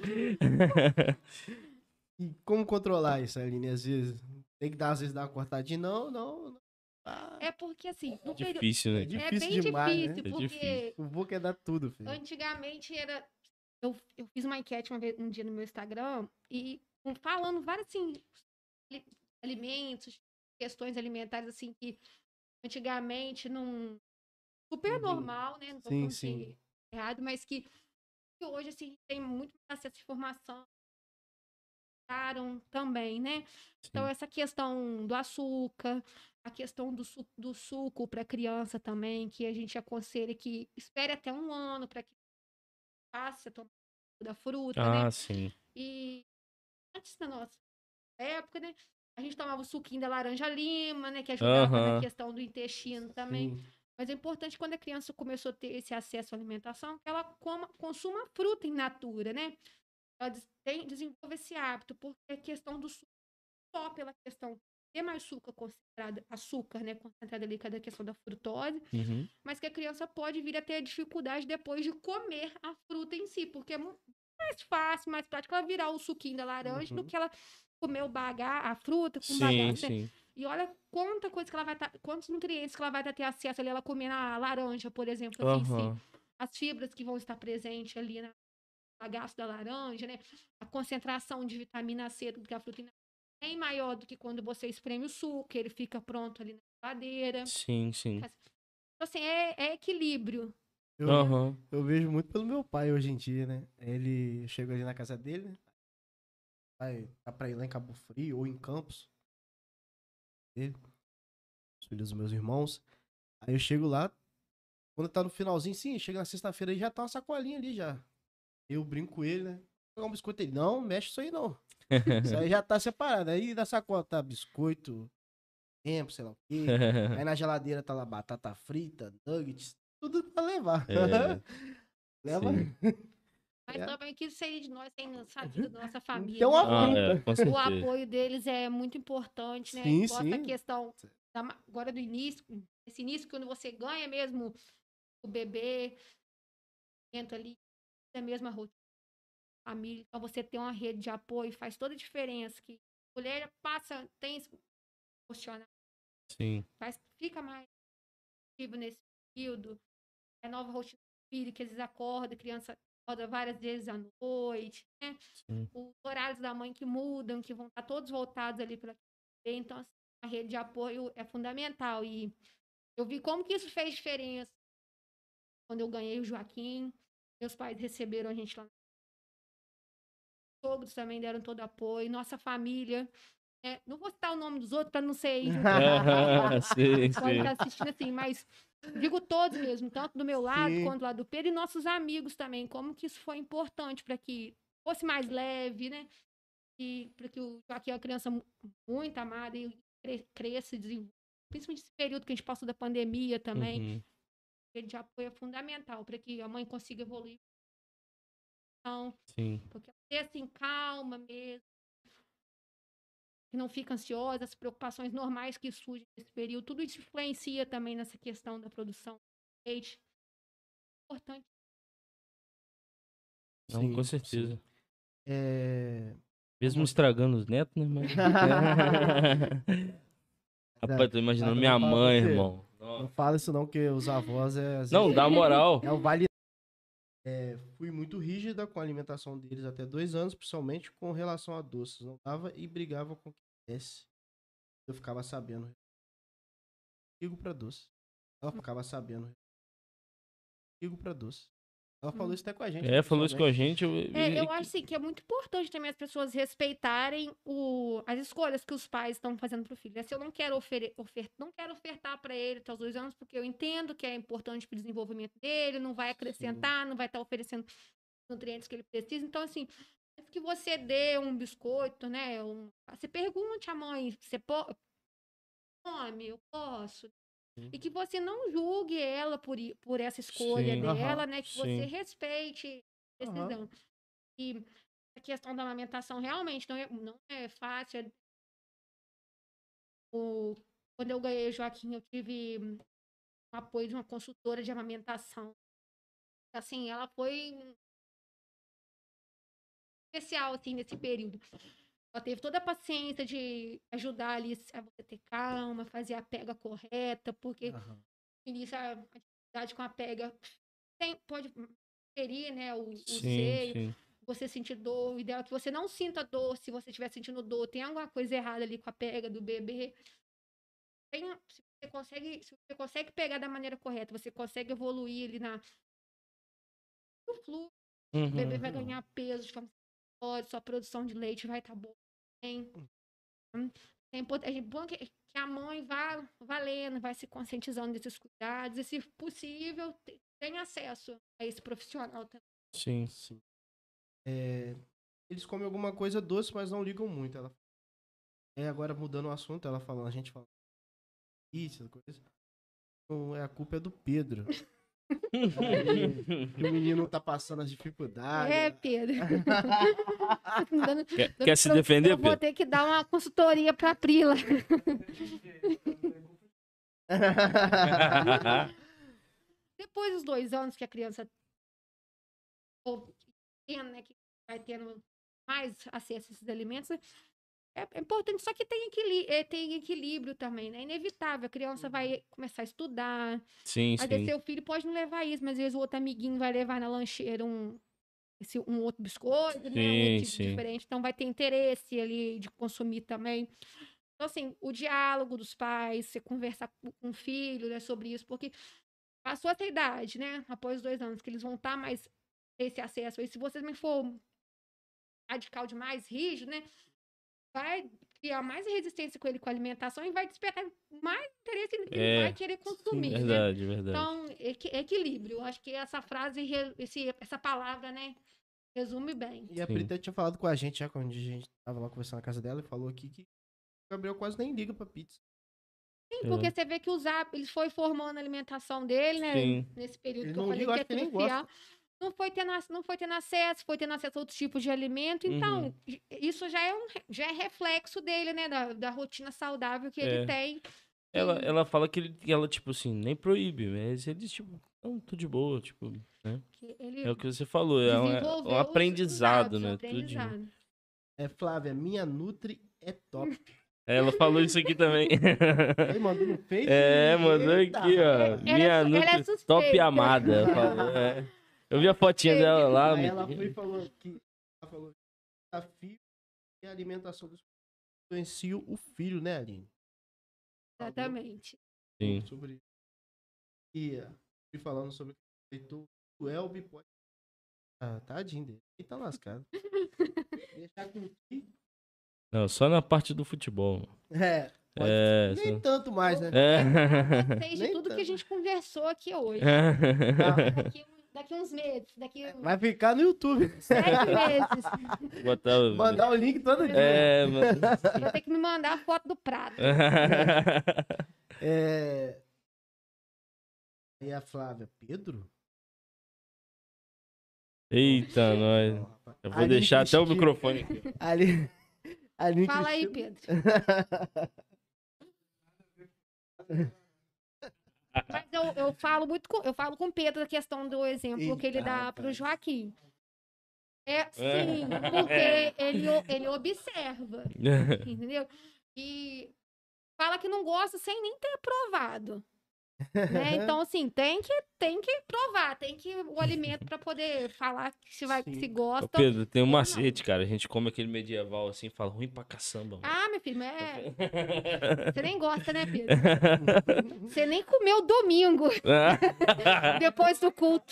E como controlar isso, Aline? Às vezes, tem que dar, às vezes, dar uma cortadinha. Não. Ah, É porque assim, no período. Difícil, né? é É difícil bem demais, difícil, né? É porque difícil. O vô quer dar tudo, filho. antigamente era. Eu fiz uma enquete um dia no meu Instagram e falando vários assim, alimentos, questões alimentares assim que antigamente não. Super Uhum. normal, né? Não tô Sim, falando sim. que é errado, mas que hoje assim tem muito mais acesso à informação também, né? Então, Sim. essa questão do açúcar, a questão do suco para criança também, que a gente aconselha que espere até 1 ano para que faça tomar da fruta, né? Ah, sim. E antes da nossa época, né? A gente tomava o suquinho da laranja-lima, né? Que ajudava na Aham. questão do intestino também. Sim. Mas é importante quando a criança começou a ter esse acesso à alimentação, que ela consuma fruta in natura, né? Ela desenvolve esse hábito, porque a questão do suco, só pela questão de ter mais açúcar, né, concentrado ali, cada questão da frutose, Uhum. mas que a criança pode vir a ter dificuldade depois de comer a fruta em si, porque é mais fácil, mais prático ela virar o suquinho da laranja do Uhum. que ela comer a fruta com Sim, bagaço, né? sim. E olha quanta coisa que ela vai estar, quantos nutrientes que ela vai ter acesso ali, ela comer na laranja, por exemplo, assim, em si. Aham. As fibras que vão estar presentes ali na bagaço da laranja, né? A concentração de vitamina C que a fruta é bem maior do que quando você espreme o suco, ele fica pronto ali na geladeira. Sim, sim. Então, assim, é equilíbrio. Eu, Aham. eu vejo muito pelo meu pai hoje em dia, né? Ele chega ali na casa dele, né? Tá pra ir lá em Cabo Frio ou em Campos. Os filhos dos meus irmãos. Aí eu chego lá, quando tá no finalzinho, sim, chega na sexta-feira e já tá uma sacolinha ali já. Eu brinco com ele, né? Vou pegar um biscoito ele, não, mexe isso aí não. Isso aí já tá separado. Aí na sacola tá biscoito, tempo, sei lá o quê. Aí na geladeira tá lá batata frita, nuggets, tudo pra levar. É, Leva. sim. Mas É. também que seria de nós, tem nossa vida, da nossa família. Então, né? Ah, fruta. com O certeza. apoio deles é muito importante, né? Sim, Igual essa sim. questão agora do início, esse início, quando você ganha mesmo o bebê, entra ali, é a mesma rotina, família, então você ter uma rede de apoio faz toda a diferença, que a mulher tem esse emocional, Sim. fica mais ativo nesse período, é nova rotina do filho, que eles acordam, a criança acorda várias vezes à noite, né? Sim. Os horários da mãe que mudam, que vão estar todos voltados ali para então assim, a rede de apoio é fundamental e eu vi como que isso fez diferença quando eu ganhei o Joaquim, meus pais receberam a gente lá, os sogros também deram todo apoio, nossa família, não vou citar o nome dos outros para não ser Aham, sim, pode sim. estar assistindo assim, mas digo todos mesmo, tanto do meu lado Sim. quanto do lado do Pedro e nossos amigos também, como que isso foi importante para que fosse mais leve, né? E para que o Joaquim é uma criança muito amada e cresça e desenvolva. Principalmente nesse período que a gente passou da pandemia também. Uhum. Rede de apoio é fundamental para que a mãe consiga evoluir. Então, Sim. porque ela ter assim, calma mesmo, que não fica ansiosa, as preocupações normais que surgem nesse período, tudo isso influencia também nessa questão da produção de leite. Importante. Não, Sim, com sim. certeza. É... Mesmo Vamos- estragando os netos, né, mas... Rapaz, tô imaginando Mas eu minha vou falar pra mãe, você, irmão. Não fala isso não, que os avós às Não, vezes, dá moral. é o vale. Fui muito rígida com a alimentação deles até 2 anos, principalmente com relação a doces. Não dava e brigava com o que desse. eu ficava sabendo. Trigo pra doce. Ela ficava sabendo. Trigo pra doce. Ela falou isso até com a gente. Falou isso com a gente. Eu acho assim, que é muito importante também as pessoas respeitarem as escolhas que os pais estão fazendo pro filho. Se eu não quero não quero ofertar para ele até os 2 anos, porque eu entendo que é importante pro desenvolvimento dele, não vai acrescentar, não vai estar oferecendo nutrientes que ele precisa. Então, assim, antes que você dê um biscoito, né? Você pergunte à mãe, você come, eu posso. E que você não julgue ela por essa escolha Sim. dela, né? Que você Sim. respeite a decisão. E a questão da amamentação realmente não é fácil. Quando eu ganhei o Joaquim, eu tive o apoio de uma consultora de amamentação. Assim, ela foi especial, assim, nesse período. Ela teve toda a paciência de ajudar ali a você ter calma, fazer a pega correta, porque no início a atividade com a pega pode ferir, né, o seio, Sim. você sentir dor. O ideal é que você não sinta dor. Se você estiver sentindo dor, tem alguma coisa errada ali com a pega do bebê. Se você consegue pegar da maneira correta, você consegue evoluir ali no fluxo, o bebê vai ganhar peso de forma satisfatória, sua produção de leite vai estar boa também. É bom que a mãe vá lendo, vai se conscientizando desses cuidados e, se possível, tenha acesso a esse profissional também. Sim. Eles comem alguma coisa doce, mas não ligam muito. Agora mudando o assunto, a gente fala isso, coisa. Então, a culpa é do Pedro. O menino tá passando as dificuldades. Pedro. Quer se defender, eu vou ter que dar uma consultoria pra Prila. Depois dos 2 anos que a criança né, que vai tendo mais acesso a esses alimentos, é importante, só que tem equilíbrio também, né? É inevitável, a criança vai começar a estudar. Sim. Às vezes seu filho pode não levar isso, mas às vezes o outro amiguinho vai levar na lancheira um outro biscoito, né? Um outro tipo diferente. Então vai ter interesse ali de consumir também. Então, assim, o diálogo dos pais, você conversar com o filho, né, sobre isso, porque passou essa idade, né? Após os 2 anos, que eles vão estar mais esse acesso. E se você também for radical demais, rígido, né? Vai criar mais resistência com ele com a alimentação e vai despertar mais interesse no que ele vai querer consumir. Sim, né? verdade. Então, equilíbrio. Eu acho que essa frase, essa palavra, né, resume bem. E a Prita tinha falado com a gente já quando a gente tava lá conversando na casa dela e falou aqui que o Gabriel quase nem liga pra pizza. Sim, porque você vê que ele foi formando a alimentação dele, né? Sim. Nesse período Ele que eu não falei liga, que é acho que nem tudo fiel. gosta. Não foi tendo acesso, foi tendo acesso a outros tipos de alimento. Então, isso já é reflexo dele, né? Da rotina saudável que ele tem. Ela fala que ela, tipo assim, nem proíbe, mas eles, tipo, não, tudo de boa, tipo, né? É o que você falou, é um aprendizado, né? Aprendizado. Flávia, minha Nutri é top. Ela falou isso aqui também. Aí mandou no Face. Mandou aqui, ó. Minha Nutri top amada. Falou, Eu vi a fotinha dela lá. Aí ela foi e falou que desafio e a alimentação dos influencia o filho, né, Aline? Exatamente. Sim. Sobre isso. E fui falando sobre o Elbi pode. Tadinho dele. Ele tá lascado. Deixar com o Não, só na parte do futebol. Nem tanto mais, né? De tudo que a gente conversou aqui hoje. Daqui uns meses. Vai ficar no YouTube. 7 meses. Mandar o link todo dia. Vai ter que me mandar a foto do prato. E a Flávia, Pedro? Eita, nós. Eu vou deixar até o microfone aqui. Fala aí, Pedro. Mas eu falo com o Pedro a questão do exemplo que ele dá pro Joaquim. Sim, porque ele observa, entendeu? E fala que não gosta sem nem ter provado. né? Então, assim, tem que provar, tem que o alimento para poder falar se Sim. Ô, gosta Pedro, tem um ou não. macete, cara. A gente come aquele medieval assim, fala ruim pra caçamba, mano. Ah, meu filho, você nem gosta, né, Pedro? Você nem comeu domingo, depois do culto.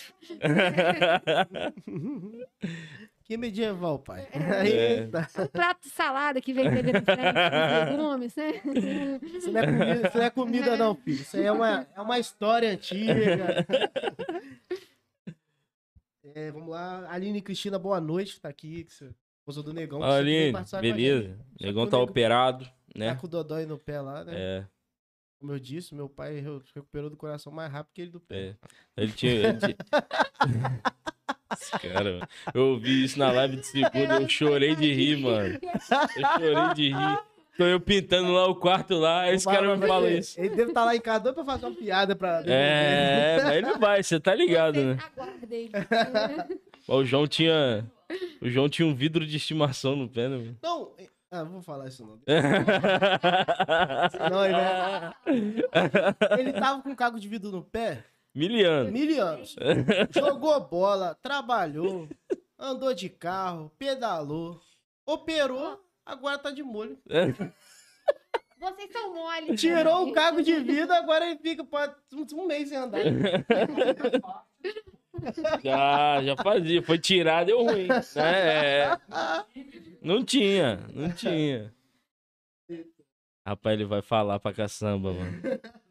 Que medieval, pai. É. Eita. Um prato de salada que vem dele de frente, com legumes, né? Isso não é comida, não, filho. Isso aí é uma história antiga. Vamos lá. Aline Cristina, boa noite. Tá aqui. Esposa do Negão. Que sempre vem Aline, participar com a gente. beleza. Só que Negão o tá Negão operado, Tá né? com o dodói no pé lá, né? É, Como eu disse, meu pai recuperou do coração mais rápido que ele do pé. é. Ele tinha... Esse cara, mano. Eu ouvi isso na live de segunda, eu chorei de rir, mano. Eu chorei de rir. Tô eu pintando lá o quarto lá, esse cara me fala isso. Ele deve estar lá em casa doido pra fazer uma piada pra devolver. É, mas ele vai, você tá ligado, Vocês né? aguardem. O João tinha um vidro de estimação no pé, né, mano? Não, não vou falar isso não. Ele tava com um caco de vidro no pé, Miliano. 1000 anos. Jogou bola, trabalhou, andou de carro, pedalou, operou, agora tá de molho. Vocês são mole. Tirou o caco de vidro, agora ele fica um mês sem andar. Já fazia, foi tirar, deu ruim. É. Não tinha. Rapaz, ele vai falar pra caçamba, mano.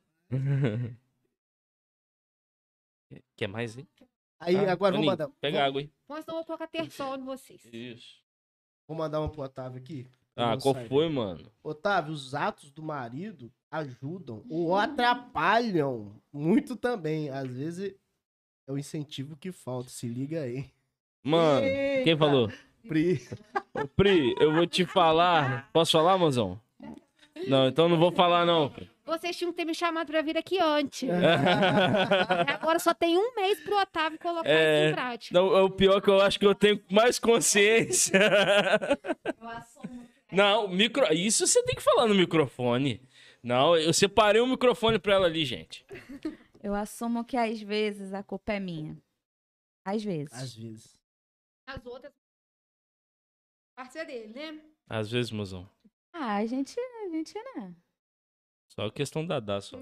Quer mais, hein? Aí, agora vou Aninho, mandar. Pega água aí. Mas não vou colocar terçol em vocês. Isso. Vou mandar uma pro Otávio aqui. Ah, Não qual sai, foi, né? mano? Otávio, os atos do marido ajudam ou atrapalham muito também. Às vezes é o incentivo que falta. Se liga aí. Mano, quem Eita. falou? Pri. Ô, Pri, eu vou te falar. Posso falar, mozão? Não, então não vou falar, não. Vocês tinham que ter me chamado pra vir aqui antes. Agora só tem um mês pro Otávio colocar isso em prática. Não, o pior é que eu acho que eu tenho mais consciência. Não, isso você tem que falar no microfone. Não, eu separei um microfone pra ela ali, gente. Eu assumo que às vezes a culpa é minha. Às vezes. Às vezes. As outras. Parte é dele, né? Às vezes, mozão. Ah, a gente, né? Só questão da Dá, só.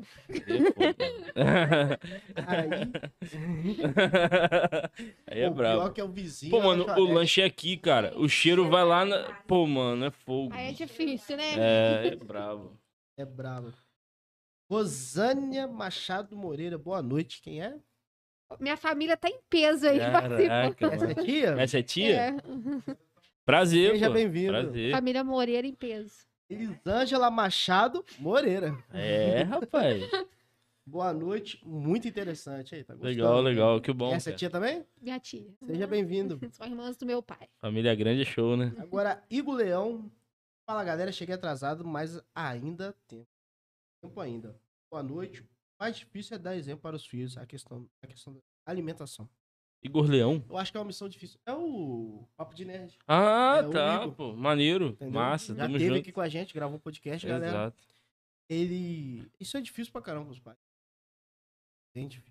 Aí é O brabo. pior que é o vizinho. Pô, mano, ela o já- lanche é aqui, cara. O cheiro vai lá na... Pô, mano, é fogo. Aí é difícil, né? É brabo. É brabo. Rosânia Machado Moreira, boa noite. Quem é? Minha família tá em peso aí. Caraca, Essa é mano. tia? Essa é tia? É, Prazer, Seja pô. bem-vindo. Prazer. família Moreira em peso. Elisângela Machado Moreira. É, rapaz. Boa noite. Muito interessante aí. Tá gostando? Legal, legal. Que bom, Essa é cara. tia também? Minha tia. Seja bem-vindo. São irmãs do meu pai. Família grande é show, né? Agora, Igor Leão. Fala, galera. Cheguei atrasado, mas ainda tempo. Tempo ainda. Boa noite. O mais difícil é dar exemplo para os filhos. A questão da alimentação. Igor Leão. Eu acho que é uma missão difícil. É o Papo de Nerd. Ah, É, o tá, Igor. pô. Maneiro. Entendeu? Massa, Já tamo teve junto. aqui com a gente, gravou um podcast, galera. Exato. Isso é difícil pra caramba, os pais. Bem difícil.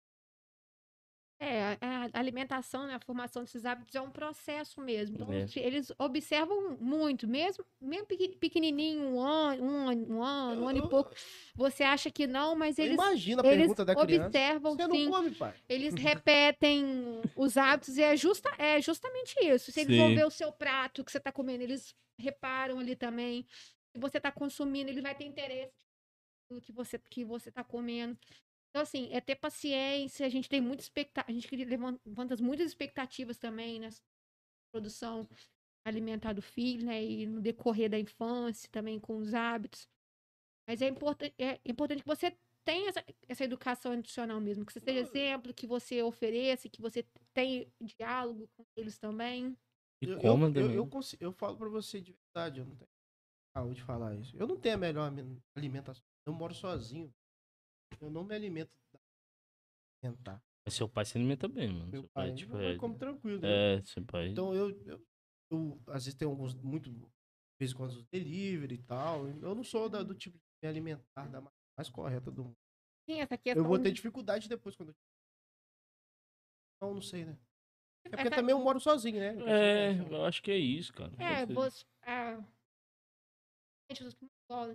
A alimentação, né, a formação desses hábitos é um processo mesmo. Então, É. eles observam muito, mesmo pequenininho, um ano e pouco. Você acha que não, mas eles Imagina a eles pergunta da criança. observam, Você sim. não come, pai? Eles repetem os hábitos e é justamente isso. Se eles vão Sim. ver o seu prato que você está comendo, eles reparam ali também. Se você está consumindo, ele vai ter interesse no que você está comendo. Então, assim, é ter paciência. A gente tem muita expectativa. A gente levanta muitas expectativas também nessa produção alimentar do filho, né? E no decorrer da infância também com os hábitos. Mas é importante que você tenha essa educação nutricional mesmo, que você seja exemplo, que você ofereça, que você tenha diálogo com eles também. E coma também. Eu falo pra você de verdade, eu não tenho saúde de falar isso. Eu não tenho a melhor alimentação. Eu moro sozinho. Eu não me alimento da alimentar. Mas seu pai se alimenta bem, mano. Meu Seu pai, tipo, eu como tranquilo. Né? seu pai. Então eu às vezes tenho alguns muito de vez em quando os delivery e tal. Eu não sou do tipo de me alimentar da maneira mais correta do mundo. Sim, essa Eu questão. vou ter dificuldade depois quando eu... Não sei, né? É porque essa- também eu moro sozinho, né? Eu acho que é isso, cara. É, Pode ser. gente, os que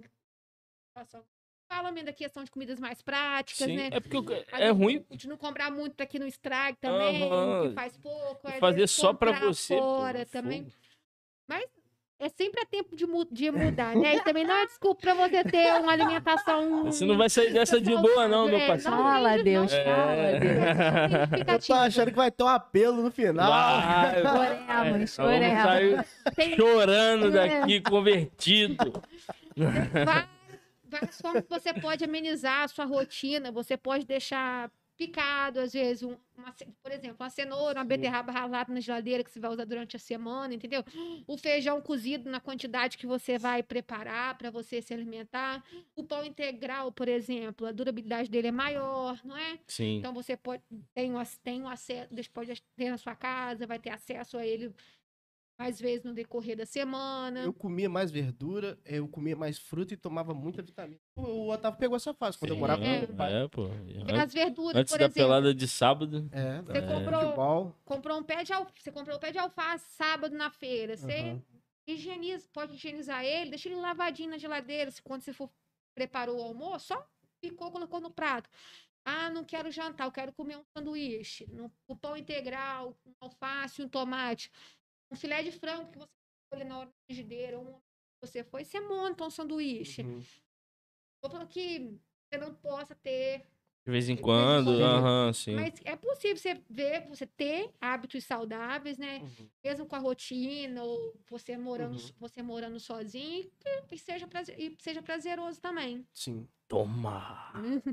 fala mesmo da questão de comidas mais práticas, Sim, né? é porque Às é vezes, ruim de não comprar muito pra que não estrague também, que aham, faz pouco, e às fazer vezes só pra comprar você, pô. fora É também. fogo. Mas é sempre a tempo de mudar, né? E também não é desculpa pra você ter uma alimentação Você não vai sair dessa de boa, não, meu saudável. parceiro. Fala, tem, Deus, não, fala, Deus. não tem Eu tô justificativa. achando que vai ter um apelo no final. Vai, Oremos, Vamos oremos. sair Tem chorando daqui, convertido. várias formas que você pode amenizar a sua rotina. Você pode deixar picado, às vezes, por exemplo, uma cenoura, uma beterraba ralada na geladeira que você vai usar durante a semana, entendeu? O feijão cozido na quantidade que você vai preparar para você se alimentar. O pão integral, por exemplo, a durabilidade dele é maior, não é? Sim. Então você pode tem um acesso, pode ter na sua casa, vai ter acesso a ele mais vezes no decorrer da semana. Eu comia mais verdura, eu comia mais fruta e tomava muita vitamina. O Otávio pegou essa fase quando eu Sim, morava com meu pai. pô. Tem as verduras, Antes por da exemplo. pelada de sábado. Você Futebol. comprou um pé de alface, você comprou um pé de alface sábado na feira. Você pode higienizar ele, deixa ele lavadinho na geladeira. Quando você for preparou o almoço, só picou, colocou no prato. Ah, não quero jantar, eu quero comer um sanduíche. O pão integral, um alface, um tomate. Um filé de frango que você escolhe na hora da frigideira, você monta um sanduíche. Tô falando que você não possa ter De vez em quando, aham, sim. mas é possível você ter hábitos saudáveis, né? Mesmo com a rotina, ou você morando sozinho, e seja prazeroso também. Sim. Toma!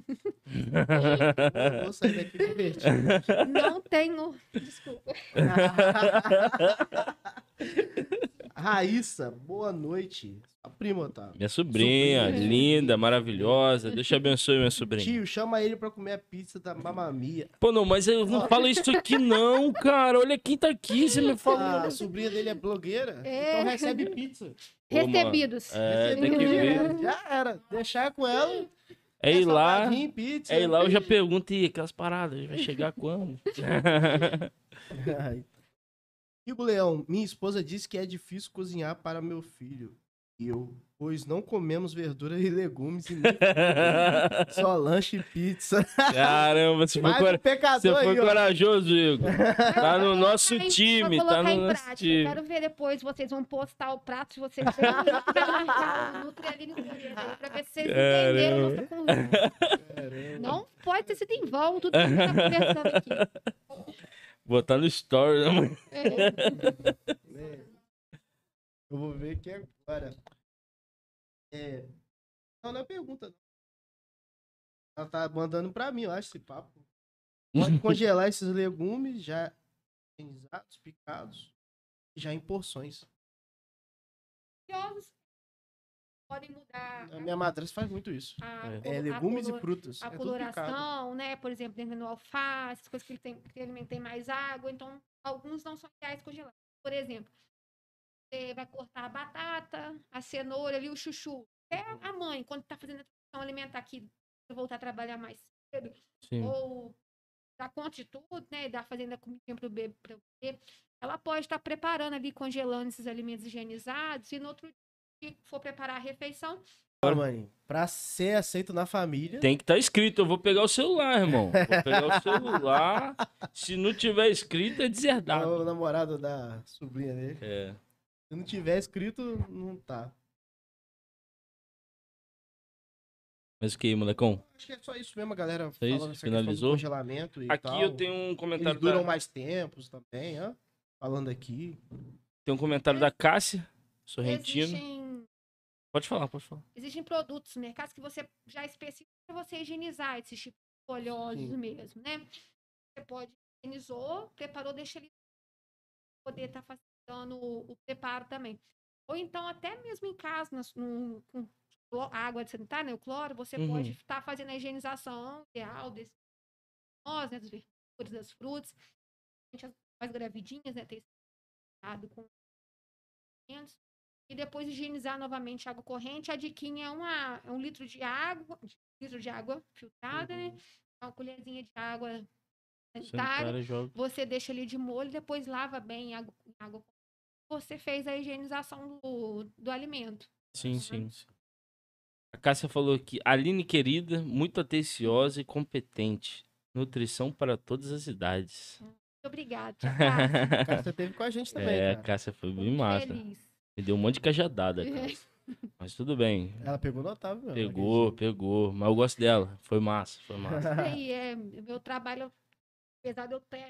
Vou sair daqui divertido. Não tenho. Desculpa. Raíssa, boa noite. A prima, Otávio. Minha sobrinha, linda, maravilhosa. Deus te abençoe, minha sobrinha. Tio, chama ele pra comer a pizza da Mamma Mia. Pô, não, mas eu não falo isso aqui não, cara. Olha quem tá aqui, você me falou. A sobrinha dele é blogueira, É. então recebe pizza. Recebidos. Tem que ver. Já era. Deixar com ela. É ir lá, salgadinho, pizza. eu já pergunto, e aquelas paradas, vai chegar quando? Igor Leão, minha esposa disse que é difícil cozinhar para meu filho. E eu, pois não comemos verdura e legumes e nem só lanche e pizza. Caramba, você Mais um pecador foi aí, ó. corajoso, Igor. Tá no nosso Vou time, colocar tá no em nosso prática. time. Quero ver depois, vocês vão postar o prato de vocês no Nutrialine pra ver se vocês entenderam a nossa conversa. Não pode ter sido em vão, tudo que a gente tá conversando aqui. Botar no story, né, mãe? Eu vou ver aqui agora. Não é pergunta. Não. Ela tá mandando pra mim, eu acho, esse papo. Pode congelar esses legumes já higienizados, picados, já em porções. Podem mudar A minha madrasta faz muito isso. Legumes e frutas. a É tudo picado. coloração, né? Por exemplo, dentro do alface, coisas que alimentam mais água. Então, alguns não são ideais congelados. Por exemplo, você vai cortar a batata, a cenoura ali, o chuchu. Até a mãe, quando tá fazendo a transição alimentar aqui, voltar a trabalhar mais cedo, Sim. ou dar conta de tudo, né? Dar fazendo a comida para o bebê, ela pode estar preparando ali, congelando esses alimentos higienizados, e no outro dia que for preparar a refeição. Mãe, pra ser aceito na família. Tem que estar escrito. Eu vou pegar o celular, irmão. Vou pegar o celular. Se não tiver escrito, é deserdado. O namorado da sobrinha dele. Se não tiver escrito, não tá. Mas o que, molecão? Acho que é só isso mesmo, a galera É isso? falando essa Finalizou? questão do congelamento e Aqui tal. eu tenho um comentário. Eles duram mais tempos também, ó. Falando aqui. Tem um comentário da Cássia Sorrentino. Pode falar. Existem produtos no mercado que você já especifica para você higienizar esses tipos de oleosos mesmo, né? Você pode higienizou, preparou, deixa ele poder estar facilitando o preparo também. Ou então, até mesmo em casa, com água sanitária, né, o cloro, você pode estar fazendo a higienização ideal das verduras, das frutas. As mais gravidinhas, né, ter cuidado com e depois higienizar novamente a água corrente. A diquinha é 1 litro de água filtrada, né? Uma colherzinha de água sanitária. Sanitária joga. Você deixa ali de molho, depois lava bem a água. Você fez a higienização do alimento. Sim, sim. A Cássia falou aqui, Aline querida, muito atenciosa e competente. Nutrição para todas as idades. Muito obrigada, tia Cássia. A Cássia esteve com a gente também, É, a cara. Cássia foi bem Muito massa. feliz. Me deu um monte de cajadada, Cássia. Mas tudo bem. Ela pegou no Otávio mesmo. Pegou. Mas eu gosto dela. Foi massa. Isso daí é meu trabalho, apesar de eu ter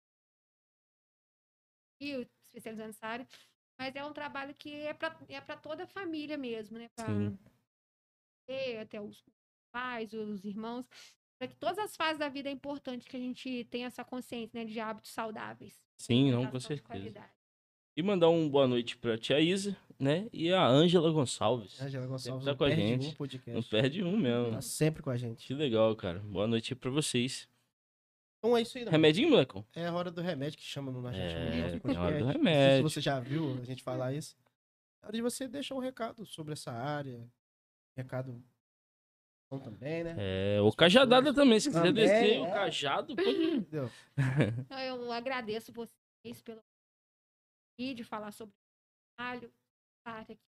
especializando nessa área, mas é um trabalho que é para toda a família mesmo, né? Para Sim. até os pais, os irmãos, para que todas as fases da vida é importante que a gente tenha essa consciência, né, de hábitos saudáveis. Sim, não, com Alimentação de certeza. qualidade. E mandar um boa noite pra tia Isa, né? E a Ângela Gonçalves. Angela Gonçalves Sempre tá não com a perde gente. um podcast. Não perde um mesmo. Tá sempre com a gente. Que legal, cara. Boa noite aí pra vocês. Então é isso aí, né? Remedinho, molecão? É a hora do remédio que chama no gente É, no tem a hora do podcast. Não sei remédio. se você já viu a gente falar isso. É hora de você deixar um recado sobre essa área. Recado bom também, né? É, o cajadada também. Se quiser Também, descer é. o cajado, pode... Entendeu? Então, eu agradeço vocês pelo vídeo, falar sobre o trabalho, área que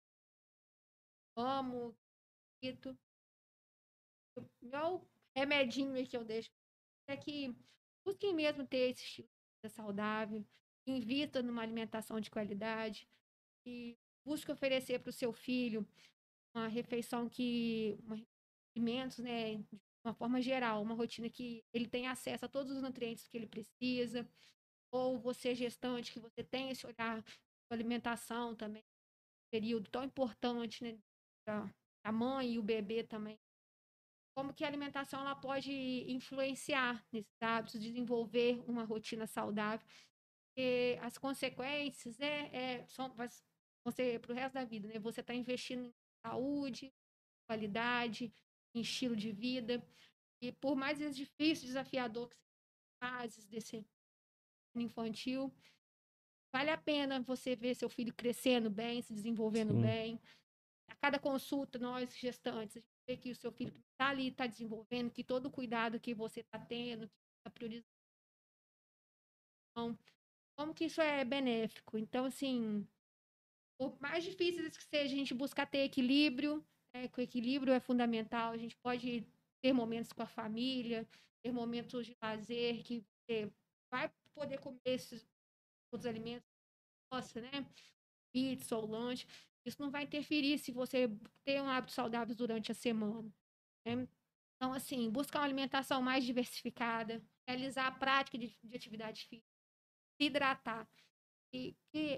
amo, acredito. O meu remedinho aí que eu deixo é que busquem mesmo ter esse estilo de vida saudável, invista numa alimentação de qualidade e busque oferecer para o seu filho uma refeição alimentos, né, de uma forma geral, uma rotina que ele tenha acesso a todos os nutrientes que ele precisa, ou você gestante, que você tenha esse olhar para alimentação também, período tão importante, né, da mãe e o bebê também. Como que a alimentação ela pode influenciar nesses hábitos, desenvolver uma rotina saudável, porque as consequências, né, vão ser para o resto da vida, né? Você está investindo em saúde, qualidade, em estilo de vida, e por mais vezes difícil, desafiador que sejam as fases desse infantil, vale a pena você ver seu filho crescendo bem, se desenvolvendo Sim. bem. A cada consulta, nós gestantes, a gente vê que o seu filho está ali, está desenvolvendo, que todo o cuidado que você está tendo, que está priorizando, como que isso é benéfico. Então, assim, por mais difíceis que seja, a gente buscar ter equilíbrio, né, que o equilíbrio é fundamental. A gente pode ter momentos com a família, ter momentos de lazer, que você vai poder comer esses outros alimentos, nossa, né? Pizza ou lanche. Isso não vai interferir se você ter um hábito saudável durante a semana, né? Então, assim, buscar uma alimentação mais diversificada, realizar a prática de atividade física, se hidratar. E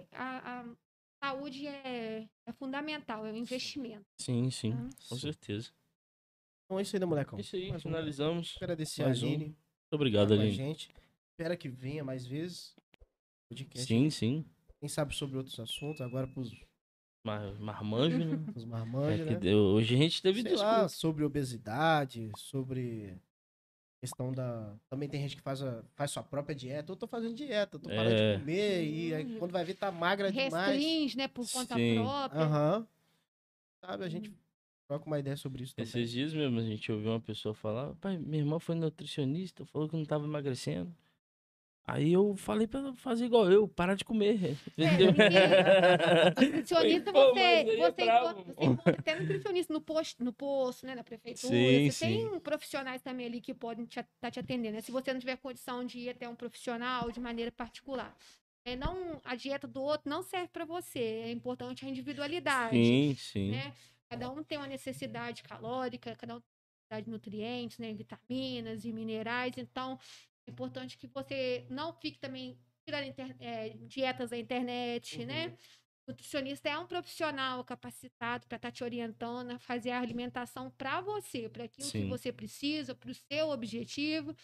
a saúde é fundamental, é um investimento. Sim, sim. Tá? Com certeza. Então é isso aí, né, molecão? Isso aí, Mais um. finalizamos. Agradecer Mais a um. Aline. Muito obrigado, Tá com a Aline. gente. Espero que venha mais vezes. Podcast. Sim, sim. Quem sabe sobre outros assuntos, agora pros Marmanjo, né? marmanjos, É né? que hoje a gente teve Sei desculpa. lá, sobre obesidade, sobre questão da... Também tem gente que faz sua própria dieta. Eu tô fazendo dieta, eu tô parando de comer e aí quando vai ver tá magra demais. Restringe, né, por conta Sim. própria. Aham. Sabe, a gente troca uma ideia sobre isso também. Esses dias mesmo a gente ouviu uma pessoa falar, pai, minha irmã foi nutricionista, falou que não tava emagrecendo. Aí eu falei pra ela fazer igual eu, parar de comer. Entendeu? Nutricionista, Pô, mas aí é você bravo. encontra até nutricionista no posto, né, na prefeitura. Sim, Você tem profissionais também ali que podem estar te atendendo, né? Se você não tiver condição de ir até um profissional de maneira particular. Não, a dieta do outro não serve para você. É importante a individualidade. Sim, sim. Né? Cada um tem uma necessidade calórica, cada um tem uma necessidade de nutrientes, né, vitaminas e minerais. Então, é importante que você não fique também tirando dietas da internet, né? O nutricionista é um profissional capacitado para estar te orientando a fazer a alimentação para você, para aquilo que Sim. você precisa, para o seu objetivo.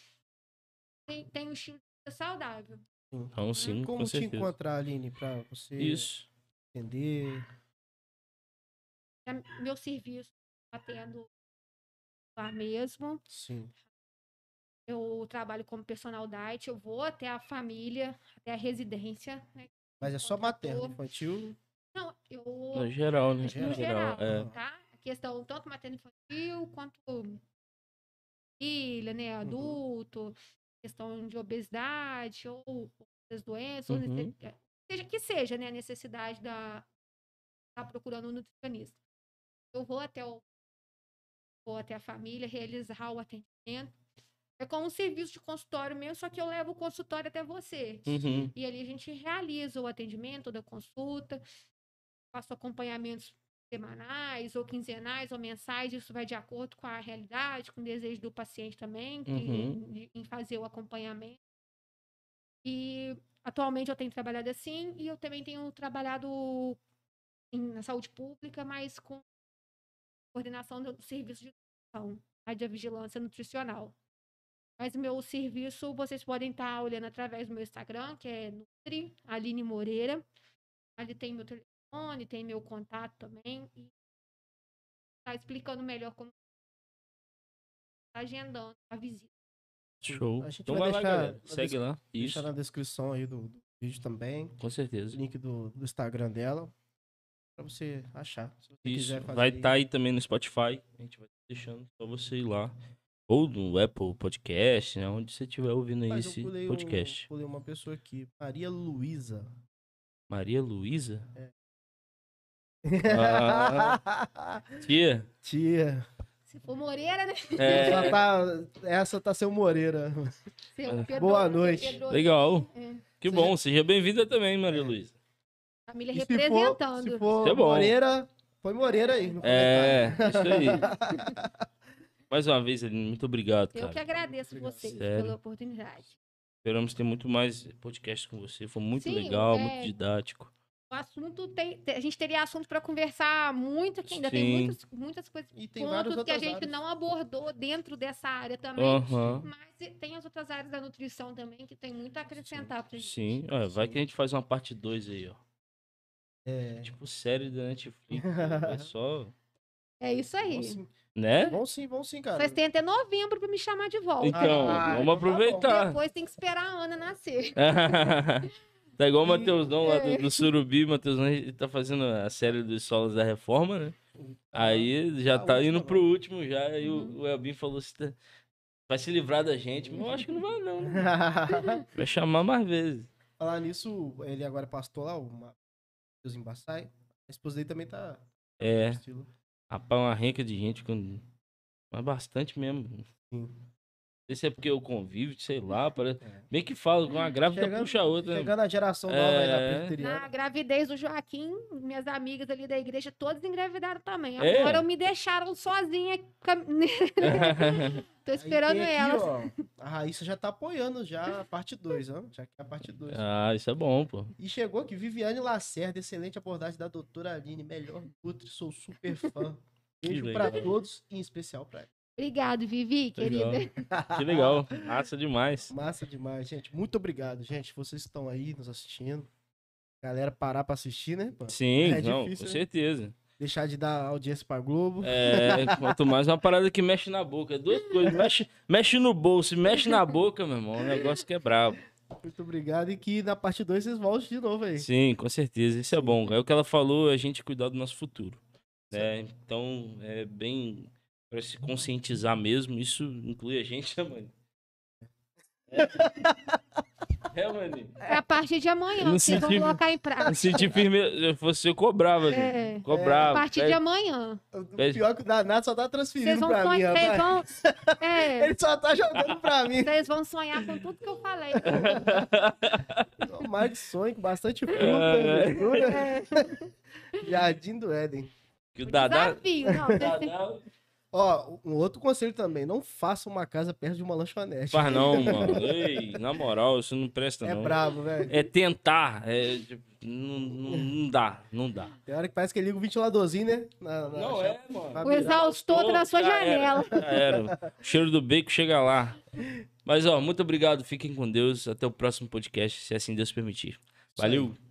Tem um estilo de vida saudável. Então, sim, Como com te certeza. encontrar, Aline, pra você Isso. entender? Meu serviço atendo lá mesmo. Sim. Eu trabalho como personal diet, eu vou até a família, até a residência, né? Mas é só Contratou. materno, infantil. Não, eu... No geral, né? No No geral, é. tá? A questão tanto materno-infantil quanto filha, né? Adulto, questão de obesidade ou outras doenças, ou Uhum. seja, né? A necessidade tá procurando um nutricionista. Eu vou até a família realizar o atendimento. É como um serviço de consultório mesmo, só que eu levo o consultório até você. Uhum. E ali a gente realiza o atendimento da consulta, faço acompanhamentos semanais, ou quinzenais, ou mensais, isso vai de acordo com a realidade, com o desejo do paciente também, em fazer o acompanhamento. E atualmente eu tenho trabalhado assim, e eu também tenho trabalhado na saúde pública, mas com coordenação do serviço de nutrição, de vigilância nutricional. Mas o meu serviço, vocês podem estar olhando através do meu Instagram, que é Nutri, Aline Moreira. Ali tem meu telefone, tem meu contato também. E tá explicando melhor como tá agendando a visita. Show. A gente Então vai vai lá, deixar galera. Segue lá. deixar Isso, na descrição aí do vídeo também, com o certeza. link do Instagram dela, pra você achar. Se você Isso. quiser fazer Vai estar aí também no Spotify. A gente vai deixando pra você ir lá. Ou no Apple Podcast, né? Onde você estiver ouvindo aí Mas eu esse pulei, podcast. pulei uma pessoa aqui, Maria Luísa. Maria Luísa? É. Ah, tia. Tia. Se for Moreira, né? É, Essa tá seu Moreira. Seu Boa noite. Pedro- legal. É. Que bom. Seja bem-vinda também, Maria Luísa. Família E representando. se for Isso é bom. Moreira, põe Moreira aí no É, comentário. isso aí. Mais uma vez, Aline, muito obrigado, Eu cara. que agradeço Obrigado. vocês Sério. pela oportunidade. Esperamos ter muito mais podcasts com você. Foi muito Sim, legal, é. muito didático. O assunto a gente teria assunto para conversar muito, que ainda Sim. tem muitas coisas, E tem várias pontos que a outras gente áreas. não abordou dentro dessa área também. Aham. Mas tem as outras áreas da nutrição também que tem muito a acrescentar pra gente. Sim. Ó, vai que a gente faz uma parte 2 aí, ó. É. Tipo série da Netflix. É só. É isso aí. Vão sim, Né? vão sim, cara. Vocês têm até novembro pra me chamar de volta. Então, Ah, vamos então tá aproveitar. Depois tem que esperar a Ana nascer. Tá igual o Matheusão lá É. do Surubi. Matheusão ele tá fazendo a série dos solos da reforma, né? Aí já A tá última, indo né? pro último já. Aí Uhum. o Elbin falou assim: vai se livrar da gente. Mas eu acho que não vai, não. Né? Vai chamar mais vezes. Falar nisso, ele agora é pastor lá, o Matheus Embaçai. A esposa dele também tá. É. no estilo. Rapaz, uma renca de gente. Mas bastante mesmo. Sim. Não sei se é porque eu convivo, sei lá. Parece... É. Bem que falo, com uma grávida puxa a outra. Né? Chegando a geração nova aí da É. presbiteriana. Na gravidez do Joaquim, minhas amigas ali da igreja, todas engravidaram também. É? Agora me deixaram sozinha. Tô esperando Aí tem aqui, elas. ó, a Raíssa já tá apoiando já a parte 2, ó. Já que é a parte 2. Ah, isso é bom, pô. E chegou aqui, Viviane Lacerda, excelente abordagem da doutora Aline, melhor Nutri, sou super fã. Beijo Que pra legal. todos, em especial pra ela. Obrigado, Vivi, querida. Legal. Que legal. Massa demais. Massa demais, gente. Muito obrigado, gente. Vocês estão aí nos assistindo. Galera, parar pra assistir, né? Pô? Sim, É não, difícil, com né? certeza. Deixar de dar audiência pra Globo. É, quanto mais uma parada que mexe na boca. Duas coisas. Mexe no bolso e mexe na boca, meu irmão. É um negócio que é brabo. Muito obrigado. E que na parte 2 vocês voltem de novo aí. Sim, com certeza. Isso é bom. É o que ela falou, a gente cuidar do nosso futuro. Né? Então, é bem para se conscientizar mesmo. Isso inclui a gente, né, mano? Mano. É a partir de amanhã Não que vocês vão senti- colocar em Não prática. senti firme. Se fosse eu cobrava, É. gente. Cobrava. A partir de amanhã. O pior é que o danado só tá Vocês transferindo vão pra mim, sonhar. rapaz. Ele só tá jogando pra mim. Vocês vão sonhar com tudo que eu falei. Mais de sonho, com bastante fruta, É. verdura. É. Jardim do Éden. Que o Dadá... Desafio, não. Dadá... Ó, um outro conselho também, não faça uma casa perto de uma lanchonete. Faz não, mano. Ei, na moral, isso não presta, É não. brabo, velho. É tentar. Tipo, não dá, não dá. Tem hora que parece que liga o ventiladorzinho, né? Não chapa. é, mano. Pra O virar. exaustor tá na sua Já janela. Já era. O cheiro do bacon chega lá. Mas, ó, muito obrigado. Fiquem com Deus. Até o próximo podcast, se assim Deus permitir. Isso aí. Valeu.